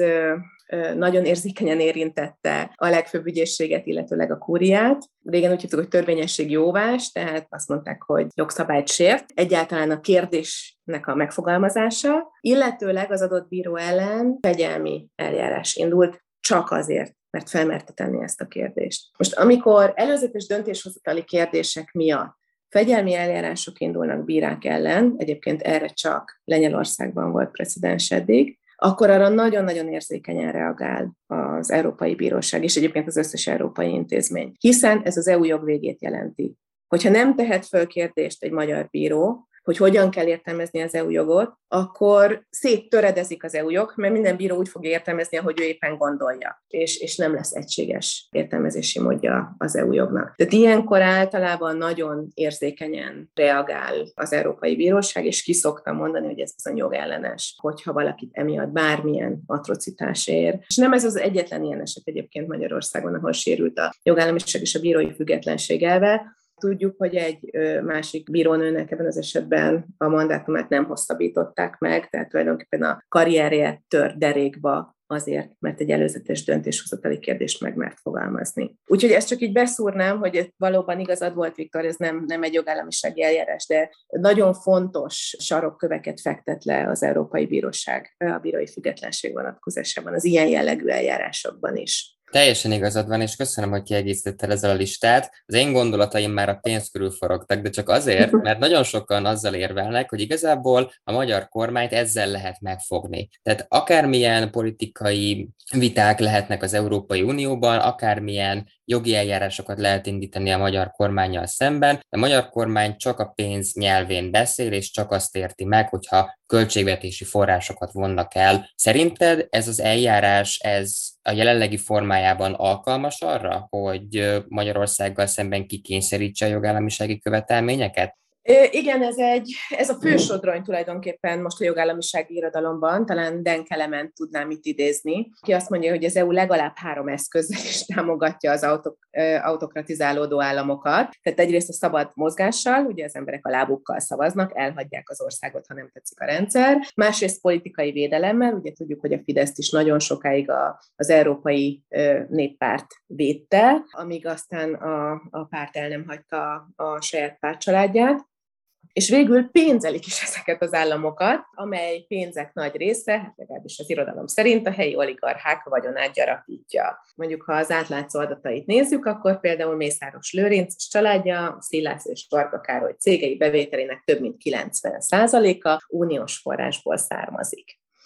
nagyon érzékenyen érintette a legfőbb ügyészséget, illetőleg a kúriát. Régen úgy hívtuk, hogy törvényesség jóvás, tehát azt mondták, hogy jogszabályt sért. Egyáltalán a kérdésnek a megfogalmazása, illetőleg az adott bíró ellen fegyelmi eljárás indult, csak azért, mert felmerte tenni ezt a kérdést. Most amikor előzetes döntéshozatali kérdések miatt fegyelmi eljárások indulnak bírák ellen, egyébként erre csak Lengyelországban volt precedens eddig, akkor arra nagyon-nagyon érzékenyen reagál az Európai Bíróság, és egyébként az összes európai intézmény. Hiszen ez az é u jog végét jelenti. Hogyha nem tehet föl kérdést egy magyar bíró, hogy hogyan kell értelmezni az é u jogot, akkor széttöredezik az é u jog, mert minden bíró úgy fogja értelmezni, ahogy ő éppen gondolja, és, és nem lesz egységes értelmezési módja az é u jognak. Tehát ilyenkor általában nagyon érzékenyen reagál az Európai Bíróság, és ki szokta mondani, hogy ez bizony jogellenes, hogyha valakit emiatt bármilyen atrocitás ér. És nem ez az egyetlen ilyen eset egyébként Magyarországon, ahol sérült a jogállamiság és a bírói függetlenség elve. Tudjuk, hogy egy másik bírónőnek ebben az esetben a mandátumát nem hosszabbították meg, tehát tulajdonképpen a karrierje tör derékba azért, mert egy előzetes döntéshozatali kérdést meg mert fogalmazni. Úgyhogy ezt csak így beszúrnám, hogy valóban igazad volt, Viktor, ez nem, nem egy jogállamisági eljárás, de nagyon fontos sarokköveket fektet le az Európai Bíróság a bírói függetlenség vonatkozásában, az ilyen jellegű eljárásokban is. Teljesen igazad van, és köszönöm, hogy kiegészítetted ezzel a listát. Az én gondolataim már a pénz körül forogtak, de csak azért, mert nagyon sokan azzal érvelnek, hogy igazából a magyar kormányt ezzel lehet megfogni. Tehát akármilyen politikai viták lehetnek az Európai Unióban, akármilyen jogi eljárásokat lehet indítani a magyar kormánnyal szemben, de a magyar kormány csak a pénz nyelvén beszél, és csak azt érti meg, hogyha költségvetési forrásokat vonnak el. Szerinted ez az eljárás, ez a jelenlegi formájában alkalmas arra, hogy Magyarországgal szemben kikényszerítse a jogállamisági követelményeket? Igen, ez, egy, ez a fősodrony tulajdonképpen most a jogállamisági irodalomban, talán Dan Kelemen tudnám itt idézni, ki azt mondja, hogy az é u legalább három eszközzel is támogatja az autok, autokratizálódó államokat. Tehát egyrészt a szabad mozgással, ugye az emberek a lábukkal szavaznak, elhagyják az országot, ha nem tetszik a rendszer. Másrészt politikai védelemmel, ugye tudjuk, hogy a Fideszt is nagyon sokáig a, az Európai Néppárt védte, amíg aztán a, a párt el nem hagyta a saját pártcsaládját. És végül pénzelik is ezeket az államokat, amely pénzek nagy része, legalábbis az irodalom szerint a helyi oligarchák vagyonát gyarapítja. Mondjuk, ha az átlátszó adatait nézzük, akkor például Mészáros Lőrinc és családja, Szilász és Varga Károly cégei bevételének több mint kilencven százaléka uniós forrásból származik.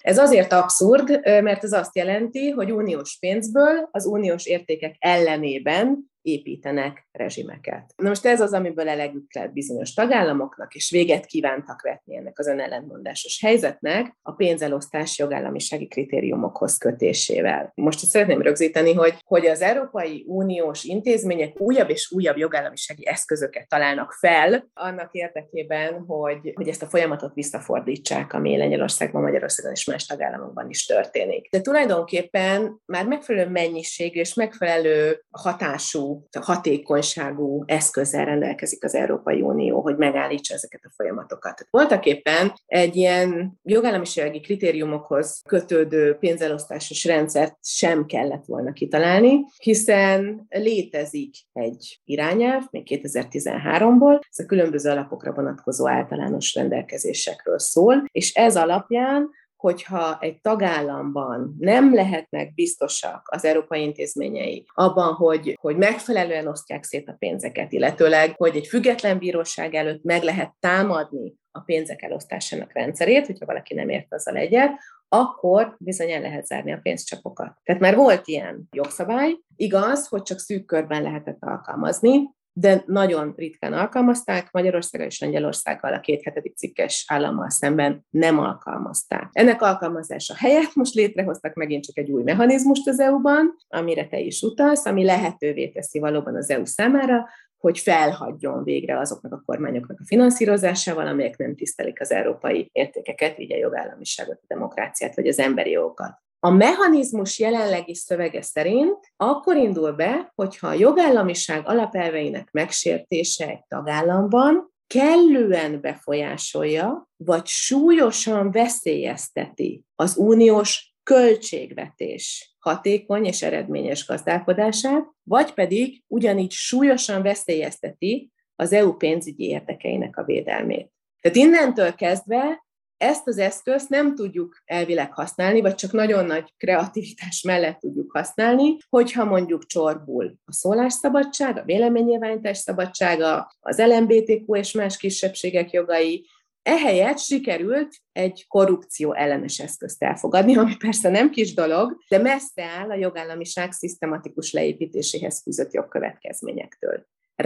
Ez azért abszurd, mert ez azt jelenti, hogy uniós pénzből az uniós értékek ellenében építenek rezsimeket. Na most ez az, amiből elegük lett bizonyos tagállamoknak, és véget kívántak vetni ennek az önellentmondásos helyzetnek a pénzelosztás jogállamisági kritériumokhoz kötésével. Most szeretném rögzíteni, hogy, hogy az Európai Uniós intézmények újabb és újabb jogállamisági eszközöket találnak fel annak érdekében, hogy, hogy ezt a folyamatot visszafordítsák, ami Lengyelországban, Magyarországon és más tagállamokban is történik. De tulajdonképpen már megfelelő mennyiségű és megfelelő hatású, hatékonyságú eszközzel rendelkezik az Európai Unió, hogy megállítsa ezeket a folyamatokat. Voltak éppen egy ilyen jogállamisági kritériumokhoz kötődő pénzelosztásos rendszert sem kellett volna kitalálni, hiszen létezik egy irányelv, még kétezer-tizenháromból, ez a különböző alapokra vonatkozó általános rendelkezésekről szól, és ez alapján, hogyha egy tagállamban nem lehetnek biztosak az európai intézményei abban, hogy, hogy megfelelően osztják szét a pénzeket, illetőleg, hogy egy független bíróság előtt meg lehet támadni a pénzek elosztásának rendszerét, hogyha valaki nem ért azzal egyet, akkor bizony el lehet zárni a pénzcsapokat. Tehát már volt ilyen jogszabály, igaz, hogy csak szűk körben lehetett alkalmazni, de nagyon ritkán alkalmazták, Magyarországgal és Lengyelországgal a két hetedik cikkes állammal szemben nem alkalmazták. Ennek alkalmazása helyett most létrehoztak megint csak egy új mechanizmust az é u-ban, amire te is utalsz, ami lehetővé teszi valóban az é u számára, hogy felhagyjon végre azoknak a kormányoknak a finanszírozásával, amelyek nem tisztelik az európai értékeket, így a jogállamiságot, a demokráciát vagy az emberi jogokat. A mechanizmus jelenlegi szövege szerint akkor indul be, hogyha a jogállamiság alapelveinek megsértése egy tagállamban kellően befolyásolja, vagy súlyosan veszélyezteti az uniós költségvetés hatékony és eredményes gazdálkodását, vagy pedig ugyanígy súlyosan veszélyezteti az é u pénzügyi érdekeinek a védelmét. Tehát innentől kezdve ezt az eszközt nem tudjuk elvileg használni, vagy csak nagyon nagy kreativitás mellett tudjuk használni, hogyha mondjuk csorbul a szólásszabadság, a véleménynyilvánítás szabadsága, az el em bé té kú és más kisebbségek jogai. Ehelyett sikerült egy korrupció ellenes eszközt elfogadni, ami persze nem kis dolog, de messze áll a jogállamiság szisztematikus leépítéséhez fűzött jogkövetkezményektől.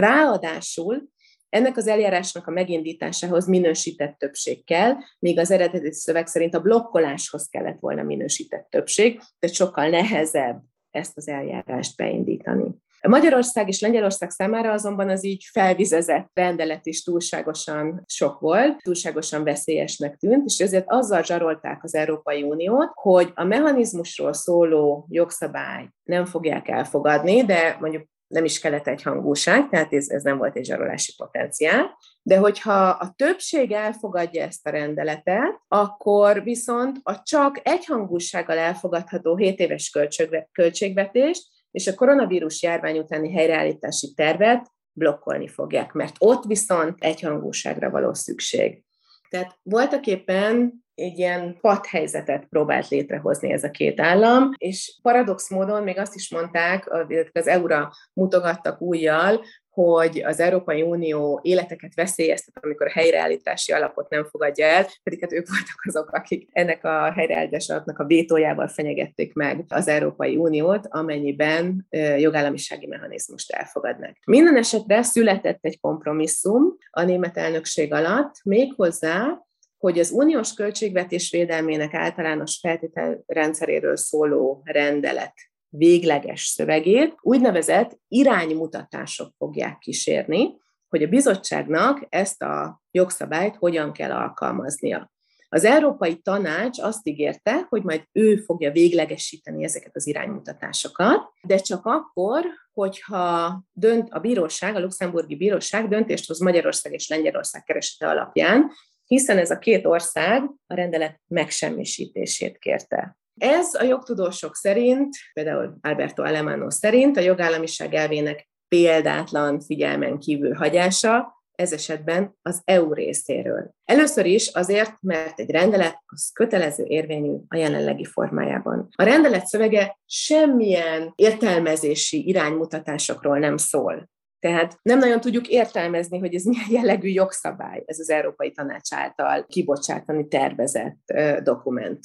Ráadásul ennek az eljárásnak a megindításához minősített többség kell, míg az eredeti szöveg szerint a blokkoláshoz kellett volna minősített többség, de sokkal nehezebb ezt az eljárást beindítani. Magyarország és Lengyelország számára azonban az így felvizezett rendelet is túlságosan sok volt, túlságosan veszélyesnek tűnt, és ezért azzal zsarolták az Európai Uniót, hogy a mechanizmusról szóló jogszabály nem fogják elfogadni, de mondjuk nem is kellett egy hangúság, tehát ez, ez nem volt egy zsarolási potenciál, de hogyha a többség elfogadja ezt a rendeletet, akkor viszont a csak egyhangúsággal elfogadható hét éves költségvetést és a koronavírus járvány utáni helyreállítási tervet blokkolni fogják, mert ott viszont egyhangúságra való szükség. Tehát voltaképpen egy ilyen padhelyzetet próbált létrehozni ez a két állam, és paradox módon még azt is mondták, az é u-ra mutogattak újjal, hogy az Európai Unió életeket veszélyeztet, amikor a helyreállítási alapot nem fogadja el, pedig hát ők voltak azok, akik ennek a helyreállítási alapnak a vétójával fenyegették meg az Európai Uniót, amennyiben jogállamisági mechanizmust elfogadnak. Minden esetre született egy kompromisszum a német elnökség alatt, méghozzá, hogy az uniós költségvetés védelmének általános feltételrendszeréről szóló rendelet végleges szövegét úgynevezett iránymutatások fogják kísérni, hogy a bizottságnak ezt a jogszabályt hogyan kell alkalmaznia. Az Európai Tanács azt ígérte, hogy majd ő fogja véglegesíteni ezeket az iránymutatásokat, de csak akkor, hogyha dönt a bíróság, a luxemburgi bíróság döntést hoz Magyarország és Lengyelország keresete alapján, hiszen ez a két ország a rendelet megsemmisítését kérte. Ez a jogtudósok szerint, például Alberto Alemano szerint a jogállamiság elvének példátlan figyelmen kívül hagyása, ez esetben az é u részéről. Először is azért, mert egy rendelet az kötelező érvényű a jelenlegi formájában. A rendelet szövege semmilyen értelmezési iránymutatásokról nem szól. Tehát nem nagyon tudjuk értelmezni, hogy ez milyen jellegű jogszabály, ez az Európai Tanács által kibocsátani tervezett dokumentum.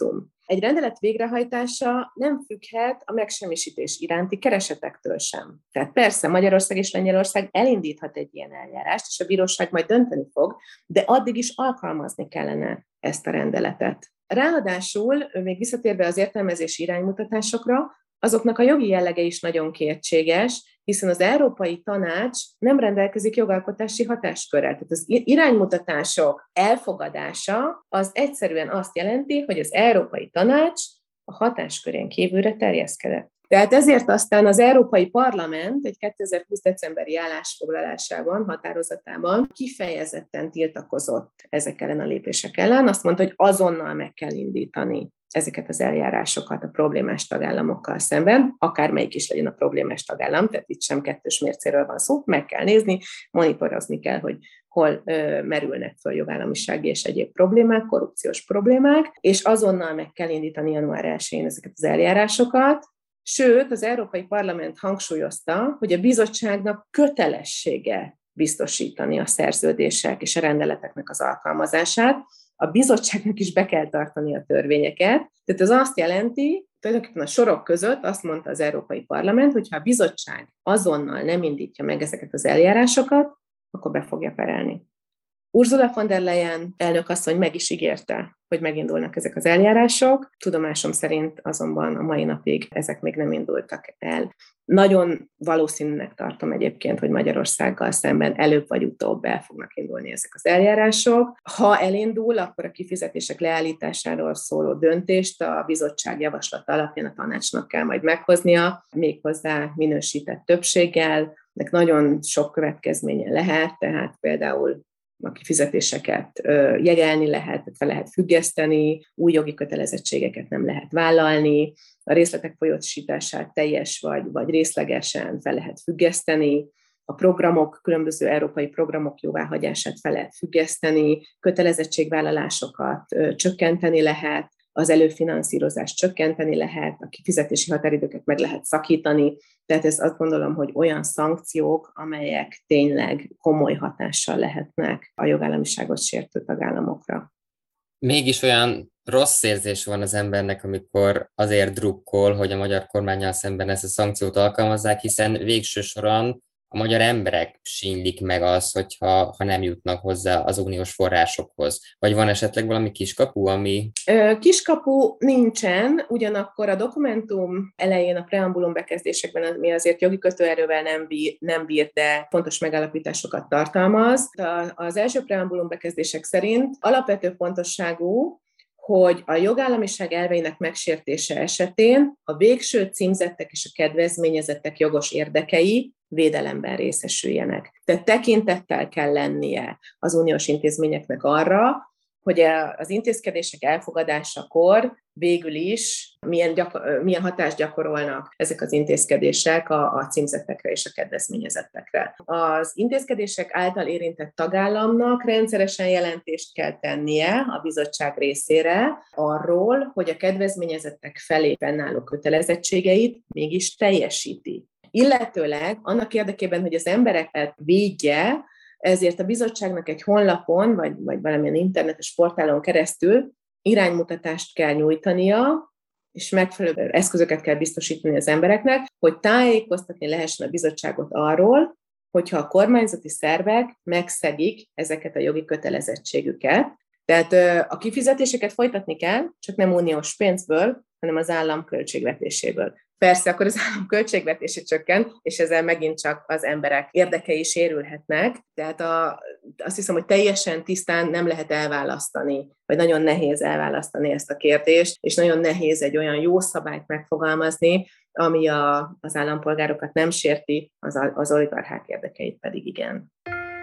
egy rendelet végrehajtása nem függhet a megsemmisítés iránti keresetektől sem. Tehát persze Magyarország és Lengyelország elindíthat egy ilyen eljárást, és a bíróság majd dönteni fog, de addig is alkalmazni kellene ezt a rendeletet. Ráadásul, még visszatérve az értelmezési iránymutatásokra, azoknak a jogi jellege is nagyon kétséges, hiszen az Európai Tanács nem rendelkezik jogalkotási hatáskörrel. Tehát az iránymutatások elfogadása az egyszerűen azt jelenti, hogy az Európai Tanács a hatáskörén kívülre terjeszkedett. Tehát ezért aztán az Európai Parlament egy kétezer-húsz decemberi állásfoglalásában, határozatában kifejezetten tiltakozott ezek ellen a lépések ellen. Azt mondta, hogy azonnal meg kell indítani ezeket az eljárásokat a problémás tagállamokkal szemben, akármelyik is legyen a problémás tagállam, tehát itt sem kettős mércéről van szó, meg kell nézni, monitorozni kell, hogy hol ö, merülnek föl jogállamisági és egyéb problémák, korrupciós problémák, és azonnal meg kell indítani január elsején ezeket az eljárásokat. Sőt, az Európai Parlament hangsúlyozta, hogy a bizottságnak kötelessége biztosítani a szerződések és a rendeleteknek az alkalmazását, a bizottságnak is be kell tartani a törvényeket. Tehát ez azt jelenti, tulajdonképpen a sorok között azt mondta az Európai Parlament, hogy ha a bizottság azonnal nem indítja meg ezeket az eljárásokat, akkor be fogja perelni. Ursula von der Leyen elnök asszony meg is ígérte, hogy megindulnak ezek az eljárások. Tudomásom szerint azonban a mai napig ezek még nem indultak el. Nagyon valószínűnek tartom egyébként, hogy Magyarországgal szemben előbb vagy utóbb el fognak indulni ezek az eljárások. Ha elindul, akkor a kifizetések leállításáról szóló döntést a bizottság javaslata alapján a tanácsnak kell majd meghoznia, méghozzá minősített többséggel. Ennek nagyon sok következménye lehet, tehát például a kifizetéseket jegelni lehet, fel lehet függeszteni, új jogi kötelezettségeket nem lehet vállalni, a részletek folyósítását teljes vagy, vagy részlegesen fel lehet függeszteni, a programok, különböző európai programok jóváhagyását fel lehet függeszteni, kötelezettségvállalásokat csökkenteni lehet, az előfinanszírozást csökkenteni lehet, a kifizetési határidőket meg lehet szakítani, tehát ez azt gondolom, hogy olyan szankciók, amelyek tényleg komoly hatással lehetnek a jogállamiságot sértő tagállamokra. Mégis olyan rossz érzés van az embernek, amikor azért drukkol, hogy a magyar kormánnyal szemben ezt a szankciót alkalmazzák, hiszen végső soron a magyar emberek sínlik meg az, hogyha ha nem jutnak hozzá az uniós forrásokhoz. Vagy van esetleg valami kiskapu, ami... Kiskapu nincsen, ugyanakkor a dokumentum elején a preambulum bekezdésekben, ami azért jogi kötőerővel nem bír, nem bír, de fontos megállapításokat tartalmaz. Az első preambulum bekezdések szerint alapvető fontosságú, hogy a jogállamiság elveinek megsértése esetén a végső címzettek és a kedvezményezettek jogos érdekei védelemben részesüljenek. Tehát tekintettel kell lennie az uniós intézményeknek arra, hogy az intézkedések elfogadásakor végül is milyen, gyakor- milyen hatást gyakorolnak ezek az intézkedések a, a címzettekre és a kedvezményezettekre. Az intézkedések által érintett tagállamnak rendszeresen jelentést kell tennie a bizottság részére arról, hogy a kedvezményezettek felé fennálló kötelezettségeit mégis teljesíti. Illetőleg annak érdekében, hogy az embereket védje, ezért a bizottságnak egy honlapon, vagy, vagy valamilyen internetes portálon keresztül iránymutatást kell nyújtania, és megfelelő eszközöket kell biztosítani az embereknek, hogy tájékoztatni lehessen a bizottságot arról, hogyha a kormányzati szervek megszegik ezeket a jogi kötelezettségüket. Tehát a kifizetéseket folytatni kell, csak nem uniós pénzből, hanem az állam költségvetéséből. Persze, akkor az állam költségvetése csökken, és ezzel megint csak az emberek érdekei sérülhetnek. Tehát a, azt hiszem, hogy teljesen tisztán nem lehet elválasztani, vagy nagyon nehéz elválasztani ezt a kérdést, és nagyon nehéz egy olyan jó szabályt megfogalmazni, ami a, az állampolgárokat nem sérti, az, az oligarchák érdekeit pedig igen.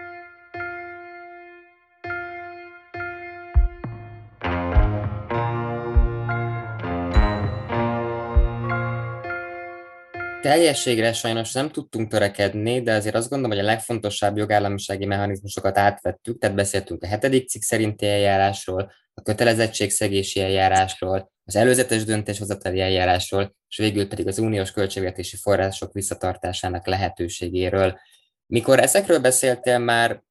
Teljességre sajnos nem tudtunk törekedni, de azért azt gondolom, hogy a legfontosabb jogállamisági mechanizmusokat átvettük, tehát beszéltünk a hetedik cikk szerinti eljárásról, a kötelezettségszegési eljárásról, az előzetes döntéshozatali eljárásról, és végül pedig az uniós költségvetési források visszatartásának lehetőségéről. Mikor ezekről beszéltél már,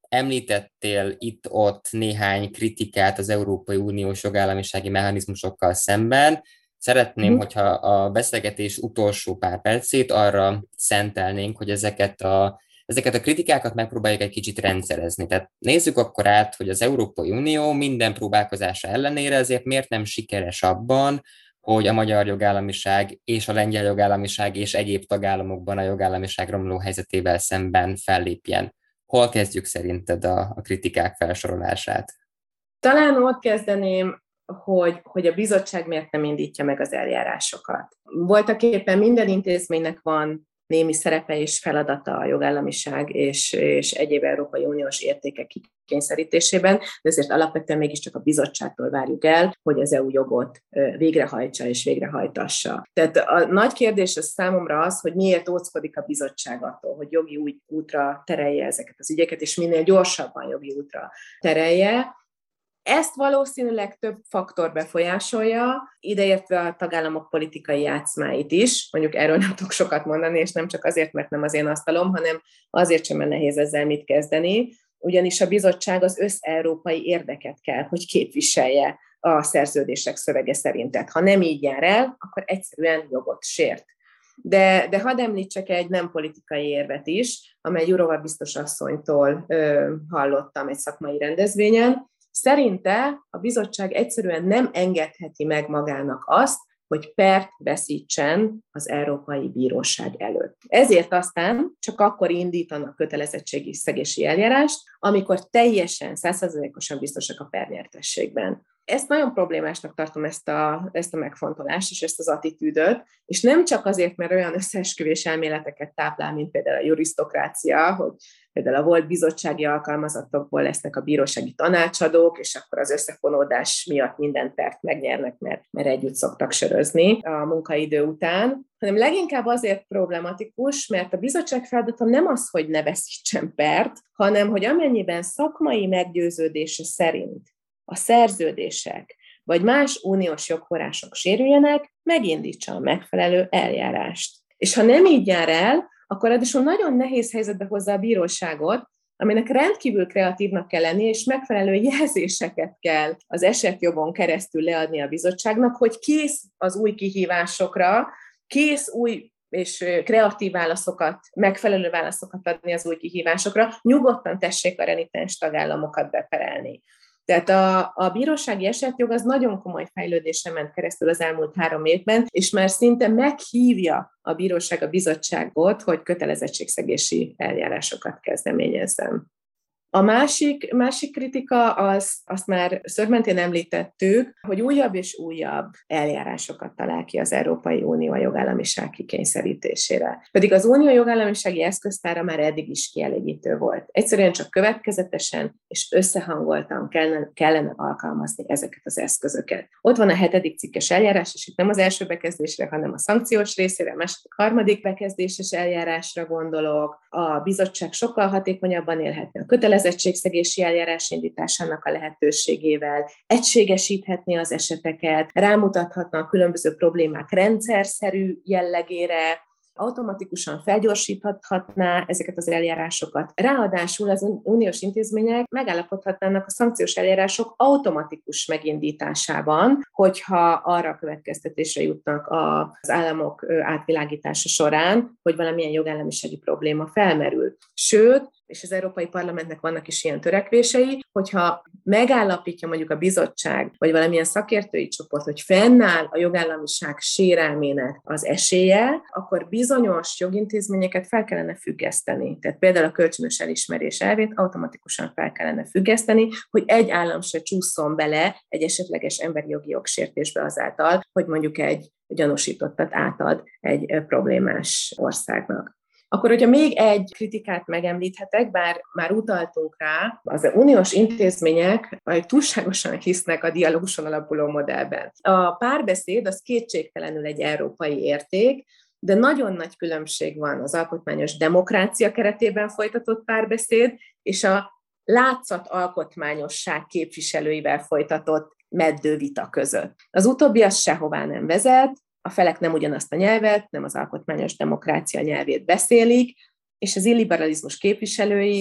Említettél itt-ott néhány kritikát az Európai Uniós jogállamisági mechanizmusokkal szemben. Szeretném, uh-huh. hogyha a beszélgetés utolsó pár percét arra szentelnénk, hogy ezeket a, ezeket a kritikákat megpróbáljuk egy kicsit rendszerezni. Tehát nézzük akkor át, hogy az Európai Unió minden próbálkozása ellenére azért miért nem sikeres abban, hogy a magyar jogállamiság és a lengyel jogállamiság és egyéb tagállamokban a jogállamiság romló helyzetével szemben fellépjen. Hol kezdjük szerinted a, a kritikák felsorolását? Talán ott kezdeném, hogy, hogy a bizottság miért nem indítja meg az eljárásokat. Voltak éppen minden intézménynek van némi szerepe és feladata a jogállamiság és, és egyéb Európai Uniós értékek kikényszerítésében, de ezért alapvetően mégiscsak a bizottságtól várjuk el, hogy az é u jogot végrehajtsa és végrehajtassa. Tehát a nagy kérdés az számomra az, hogy miért óckodik a bizottság attól, hogy jogi új útra terelje ezeket az ügyeket, és minél gyorsabban jogi útra terelje. Ezt valószínűleg több faktor befolyásolja, ideértve a tagállamok politikai játszmáit is. Mondjuk erről nem tudok sokat mondani, és nem csak azért, mert nem az én asztalom, hanem azért sem nehéz ezzel mit kezdeni, ugyanis a bizottság az összeurópai érdeket kell, hogy képviselje a szerződések szövege szerint. Tehát ha nem így jár el, akkor egyszerűen jogot sért. De, de hadd említsek egy nem politikai érvet is, amely Jourová biztos asszonytól ö, hallottam egy szakmai rendezvényen. Szerinte a bizottság egyszerűen nem engedheti meg magának azt, hogy pert veszítsen az Európai Bíróság előtt. Ezért aztán csak akkor indítanak kötelezettségi szegési eljárást, amikor teljesen, száz százalékosan biztosak a pernyertességben. Ezt nagyon problémásnak tartom, ezt a, ezt a megfontolást és ezt az attitűdöt, és nem csak azért, mert olyan összeesküvés elméleteket táplál, mint például a jurisztokrácia, hogy például a volt bizottsági alkalmazottokból lesznek a bírósági tanácsadók, és akkor az összefonódás miatt minden pert megnyernek, mert, mert együtt szoktak sörözni a munkaidő után, hanem leginkább azért problematikus, mert a bizottság feladata nem az, hogy ne veszítsen pert, hanem hogy amennyiben szakmai meggyőződése szerint a szerződések vagy más uniós jogforrások sérüljenek, megindítsa a megfelelő eljárást. És ha nem így jár el, akkor ráadásul nagyon nehéz helyzetbe hozza a bíróságot, aminek rendkívül kreatívnak kell lenni, és megfelelő jelzéseket kell az esetjogon keresztül leadni a bizottságnak, hogy kész az új kihívásokra, kész új és kreatív válaszokat, megfelelő válaszokat adni az új kihívásokra, nyugodtan tessék a renitens tagállamokat beperelni. Tehát a, a bírósági esetjog az nagyon komoly fejlődésen ment keresztül az elmúlt három évben, és már szinte meghívja a bíróság a bizottságot, hogy kötelezettségszegési eljárásokat kezdeményezzen. A másik, másik kritika, az, azt már szörmentén említettük, hogy újabb és újabb eljárásokat talál ki az Európai Unió a jogállamiság kikényszerítésére. Pedig az unió jogállamisági eszköztára már eddig is kielégítő volt. Egyszerűen csak következetesen és összehangoltan kellene, kellene alkalmazni ezeket az eszközöket. Ott van a hetedik cikkes eljárás, és itt nem az első bekezdésre, hanem a szankciós részére, a második, harmadik bekezdéses eljárásra gondolok. A bizottság sokkal hatékonyabban élhetne a kötelezettségszegési eljárás indításának a lehetőségével, egységesíthetné az eseteket, rámutathatna a különböző problémák rendszerszerű jellegére, automatikusan felgyorsíthatná ezeket az eljárásokat. Ráadásul az uniós intézmények megállapodhatnának a szankciós eljárások automatikus megindításában, hogyha arra a következtetésre jutnak az államok átvilágítása során, hogy valamilyen jogállamisági probléma felmerül. Sőt, és az Európai Parlamentnek vannak is ilyen törekvései, hogyha megállapítja mondjuk a bizottság, vagy valamilyen szakértői csoport, hogy fennáll a jogállamiság sérelmének az esélye, akkor bizonyos jogintézményeket fel kellene függeszteni. Tehát például a kölcsönös elismerés elvét automatikusan fel kellene függeszteni, hogy egy állam se csúszson bele egy esetleges emberi jogi jogsértésbe azáltal, hogy mondjuk egy gyanúsítottat átad egy problémás országnak. Akkor, hogyha még egy kritikát megemlíthetek, bár már utaltunk rá, az uniós intézmények túlságosan hisznek a dialóguson alapuló modellben. A párbeszéd az kétségtelenül egy európai érték, de nagyon nagy különbség van az alkotmányos demokrácia keretében folytatott párbeszéd és a látszat alkotmányosság képviselőivel folytatott meddővita között. Az utóbbi az sehová nem vezet, a felek nem ugyanazt a nyelvet, nem az alkotmányos demokrácia nyelvét beszélik, és az illiberalizmus képviselői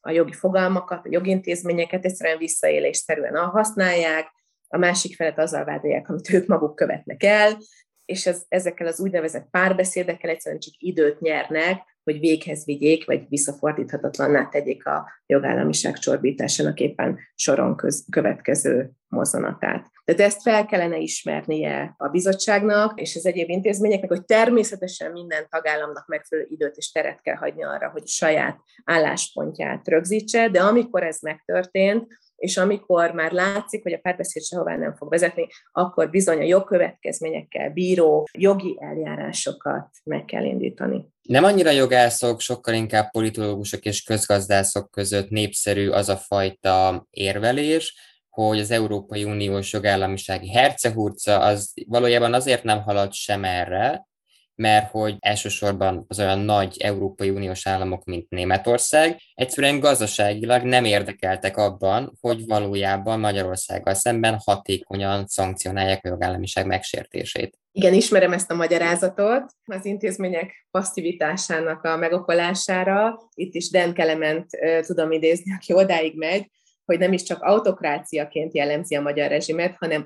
a jogi fogalmakat, a jogintézményeket egyszerűen visszaélésszerűen használják, a másik felet azzal vádolják, amit ők maguk követnek el, és ez, ezekkel az úgynevezett párbeszédekkel egyszerűen csak időt nyernek, hogy véghez vigyék, vagy visszafordíthatatlanná tegyék a jogállamiság csorbításának éppen soron köz, következő mozzanatát. Tehát ezt fel kellene ismernie a bizottságnak és az egyéb intézményeknek, hogy természetesen minden tagállamnak megfelelő időt és teret kell hagyni arra, hogy saját álláspontját rögzítse, de amikor ez megtörtént, és amikor már látszik, hogy a párbeszéd sehová nem fog vezetni, akkor bizony a jogkövetkezményekkel bíró jogi eljárásokat meg kell indítani. Nem annyira jogászok, sokkal inkább politológusok és közgazdászok között népszerű az a fajta érvelés, hogy az Európai Uniós jogállamisági hercehurca az valójában azért nem halad sem erre, mert hogy elsősorban az olyan nagy Európai Uniós államok, mint Németország, egyszerűen gazdaságilag nem érdekeltek abban, hogy valójában Magyarországgal szemben hatékonyan szankcionálják a jogállamiság megsértését. Igen, ismerem ezt a magyarázatot az intézmények passzivitásának a megokolására. Itt is Dan Kelement tudom idézni, aki odáig megy, hogy nem is csak autokráciaként jellemzi a magyar rezsimet, hanem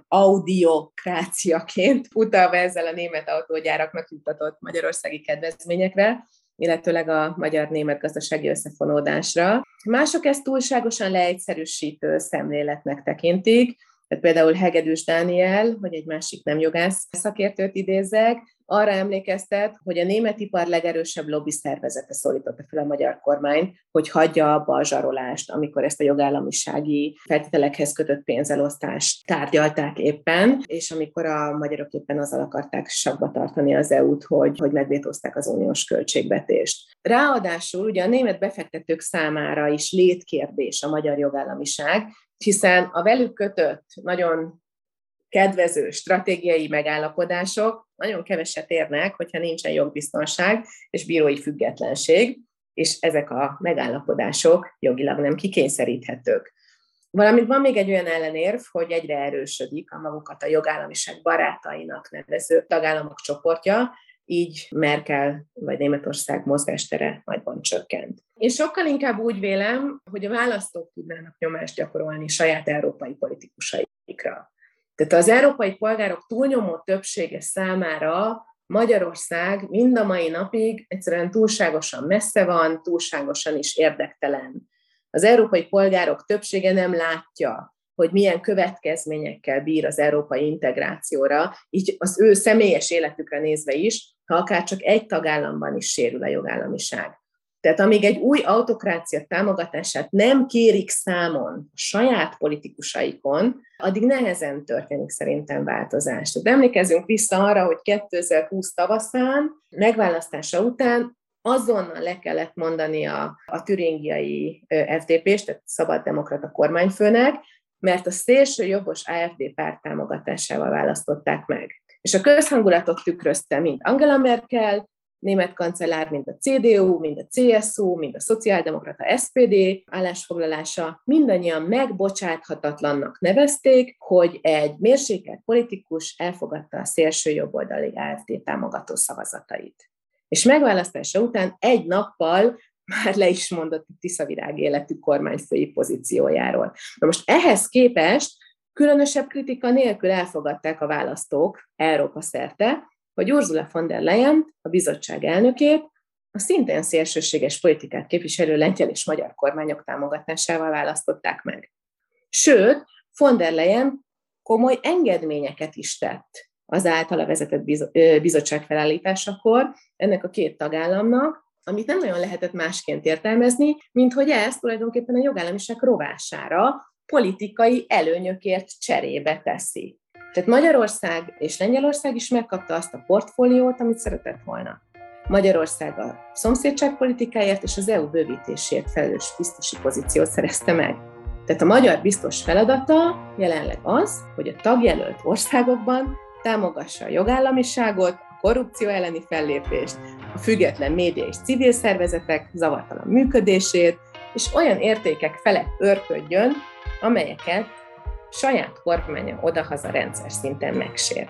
audiokráciaként, utalva ezzel a német autógyáraknak juttatott magyarországi kedvezményekre, illetőleg a magyar-német gazdasági összefonódásra. Mások ezt túlságosan leegyszerűsítő szemléletnek tekintik, tehát például Hegedűs Dániel, hogy egy másik nem jogász szakértőt idézzek, arra emlékeztet, hogy a német ipar legerősebb lobby szervezete szólította fel a magyar kormányt, hogy hagyja abba a zsarolást, amikor ezt a jogállamisági feltételekhez kötött pénzelosztást tárgyalták éppen, és amikor a magyarok éppen azzal akarták sakba tartani az é u-t, hogy, hogy megvétózták az uniós költségvetést. Ráadásul ugye a német befektetők számára is létkérdés a magyar jogállamiság, hiszen a velük kötött nagyon kedvező stratégiai megállapodások nagyon keveset érnek, hogyha nincsen jogbiztonság és bírói függetlenség, és ezek a megállapodások jogilag nem kikényszeríthetők. Valamint van még egy olyan ellenérv, hogy egyre erősödik a magukat a jogállamiság barátainak nevező tagállamok csoportja, így Merkel vagy Németország mozgástere nagyban csökkent. Én sokkal inkább úgy vélem, hogy a választók tudnának nyomást gyakorolni saját európai politikusaikra. Tehát az európai polgárok túlnyomó többsége számára Magyarország mind a mai napig egyszerűen túlságosan messze van, túlságosan is érdektelen. Az európai polgárok többsége nem látja, hogy milyen következményekkel bír az európai integrációra, így az ő személyes életükre nézve is, ha akár csak egy tagállamban is sérül a jogállamiság. Tehát amíg egy új autokrácia támogatását nem kérik számon a saját politikusaikon, addig nehezen történik szerintem változás. Tehát emlékezzünk vissza arra, hogy kétezer-húsz tavaszán, megválasztása után azonnal le kellett mondani a, a türingiai ef dé pés, tehát szabaddemokrata kormányfőnek, mert a szélső jobbos á ef dé párt támogatásával választották meg. És a közhangulatot tükrözte mind Angela Merkel, német kancellár, mind a cé dé u, mind a cé es u, mind a szociáldemokrata es pé dé állásfoglalása mindannyian megbocsáthatatlannak nevezték, hogy egy mérsékelt politikus elfogadta a szélső jobboldali á ef dé támogató szavazatait. És megválasztása után egy nappal már le is mondott a Tiszavirág életű kormányfői pozíciójáról. Na most ehhez képest különösebb kritika nélkül elfogadták a választók Európa szerte, hogy Ursula von der Leyen, a bizottság elnökét, a szintén szélsőséges politikát képviselő lengyel és magyar kormányok támogatásával választották meg. Sőt, von der Leyen komoly engedményeket is tett az általa vezetett bizottság felállításakor ennek a két tagállamnak, amit nem nagyon lehetett másként értelmezni, mint hogy ez tulajdonképpen a jogállamiság rovására politikai előnyökért cserébe teszi. Tehát Magyarország és Lengyelország is megkapta azt a portfóliót, amit szeretett volna. Magyarország a szomszédságpolitikáért és az é u bővítésért felelős biztosi pozíciót szerezte meg. Tehát a magyar biztos feladata jelenleg az, hogy a tagjelölt országokban támogassa a jogállamiságot, a korrupció elleni fellépést, a független média és civil szervezetek zavartalan működését, és olyan értékek felett őrködjön, amelyeket saját kormánya odahaza rendszer szinten megsért.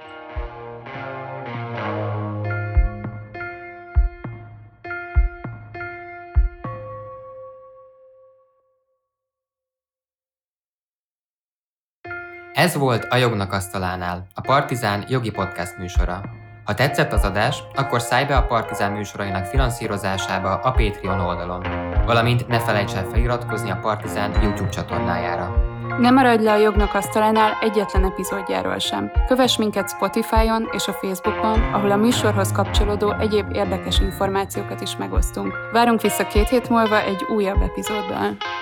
Ez volt a Jognak asztalánál, a Partizán jogi podcast műsora. Ha tetszett az adás, akkor szállj be a Partizán műsorainak finanszírozásába a Patreon oldalon, valamint ne felejts el feliratkozni a Partizán YouTube csatornájára. Ne maradj le a Jognak asztalánál egyetlen epizódjáról sem. Kövess minket Spotify-on és a Facebookon, ahol a műsorhoz kapcsolódó egyéb érdekes információkat is megosztunk. Várunk vissza két hét múlva egy újabb epizóddal.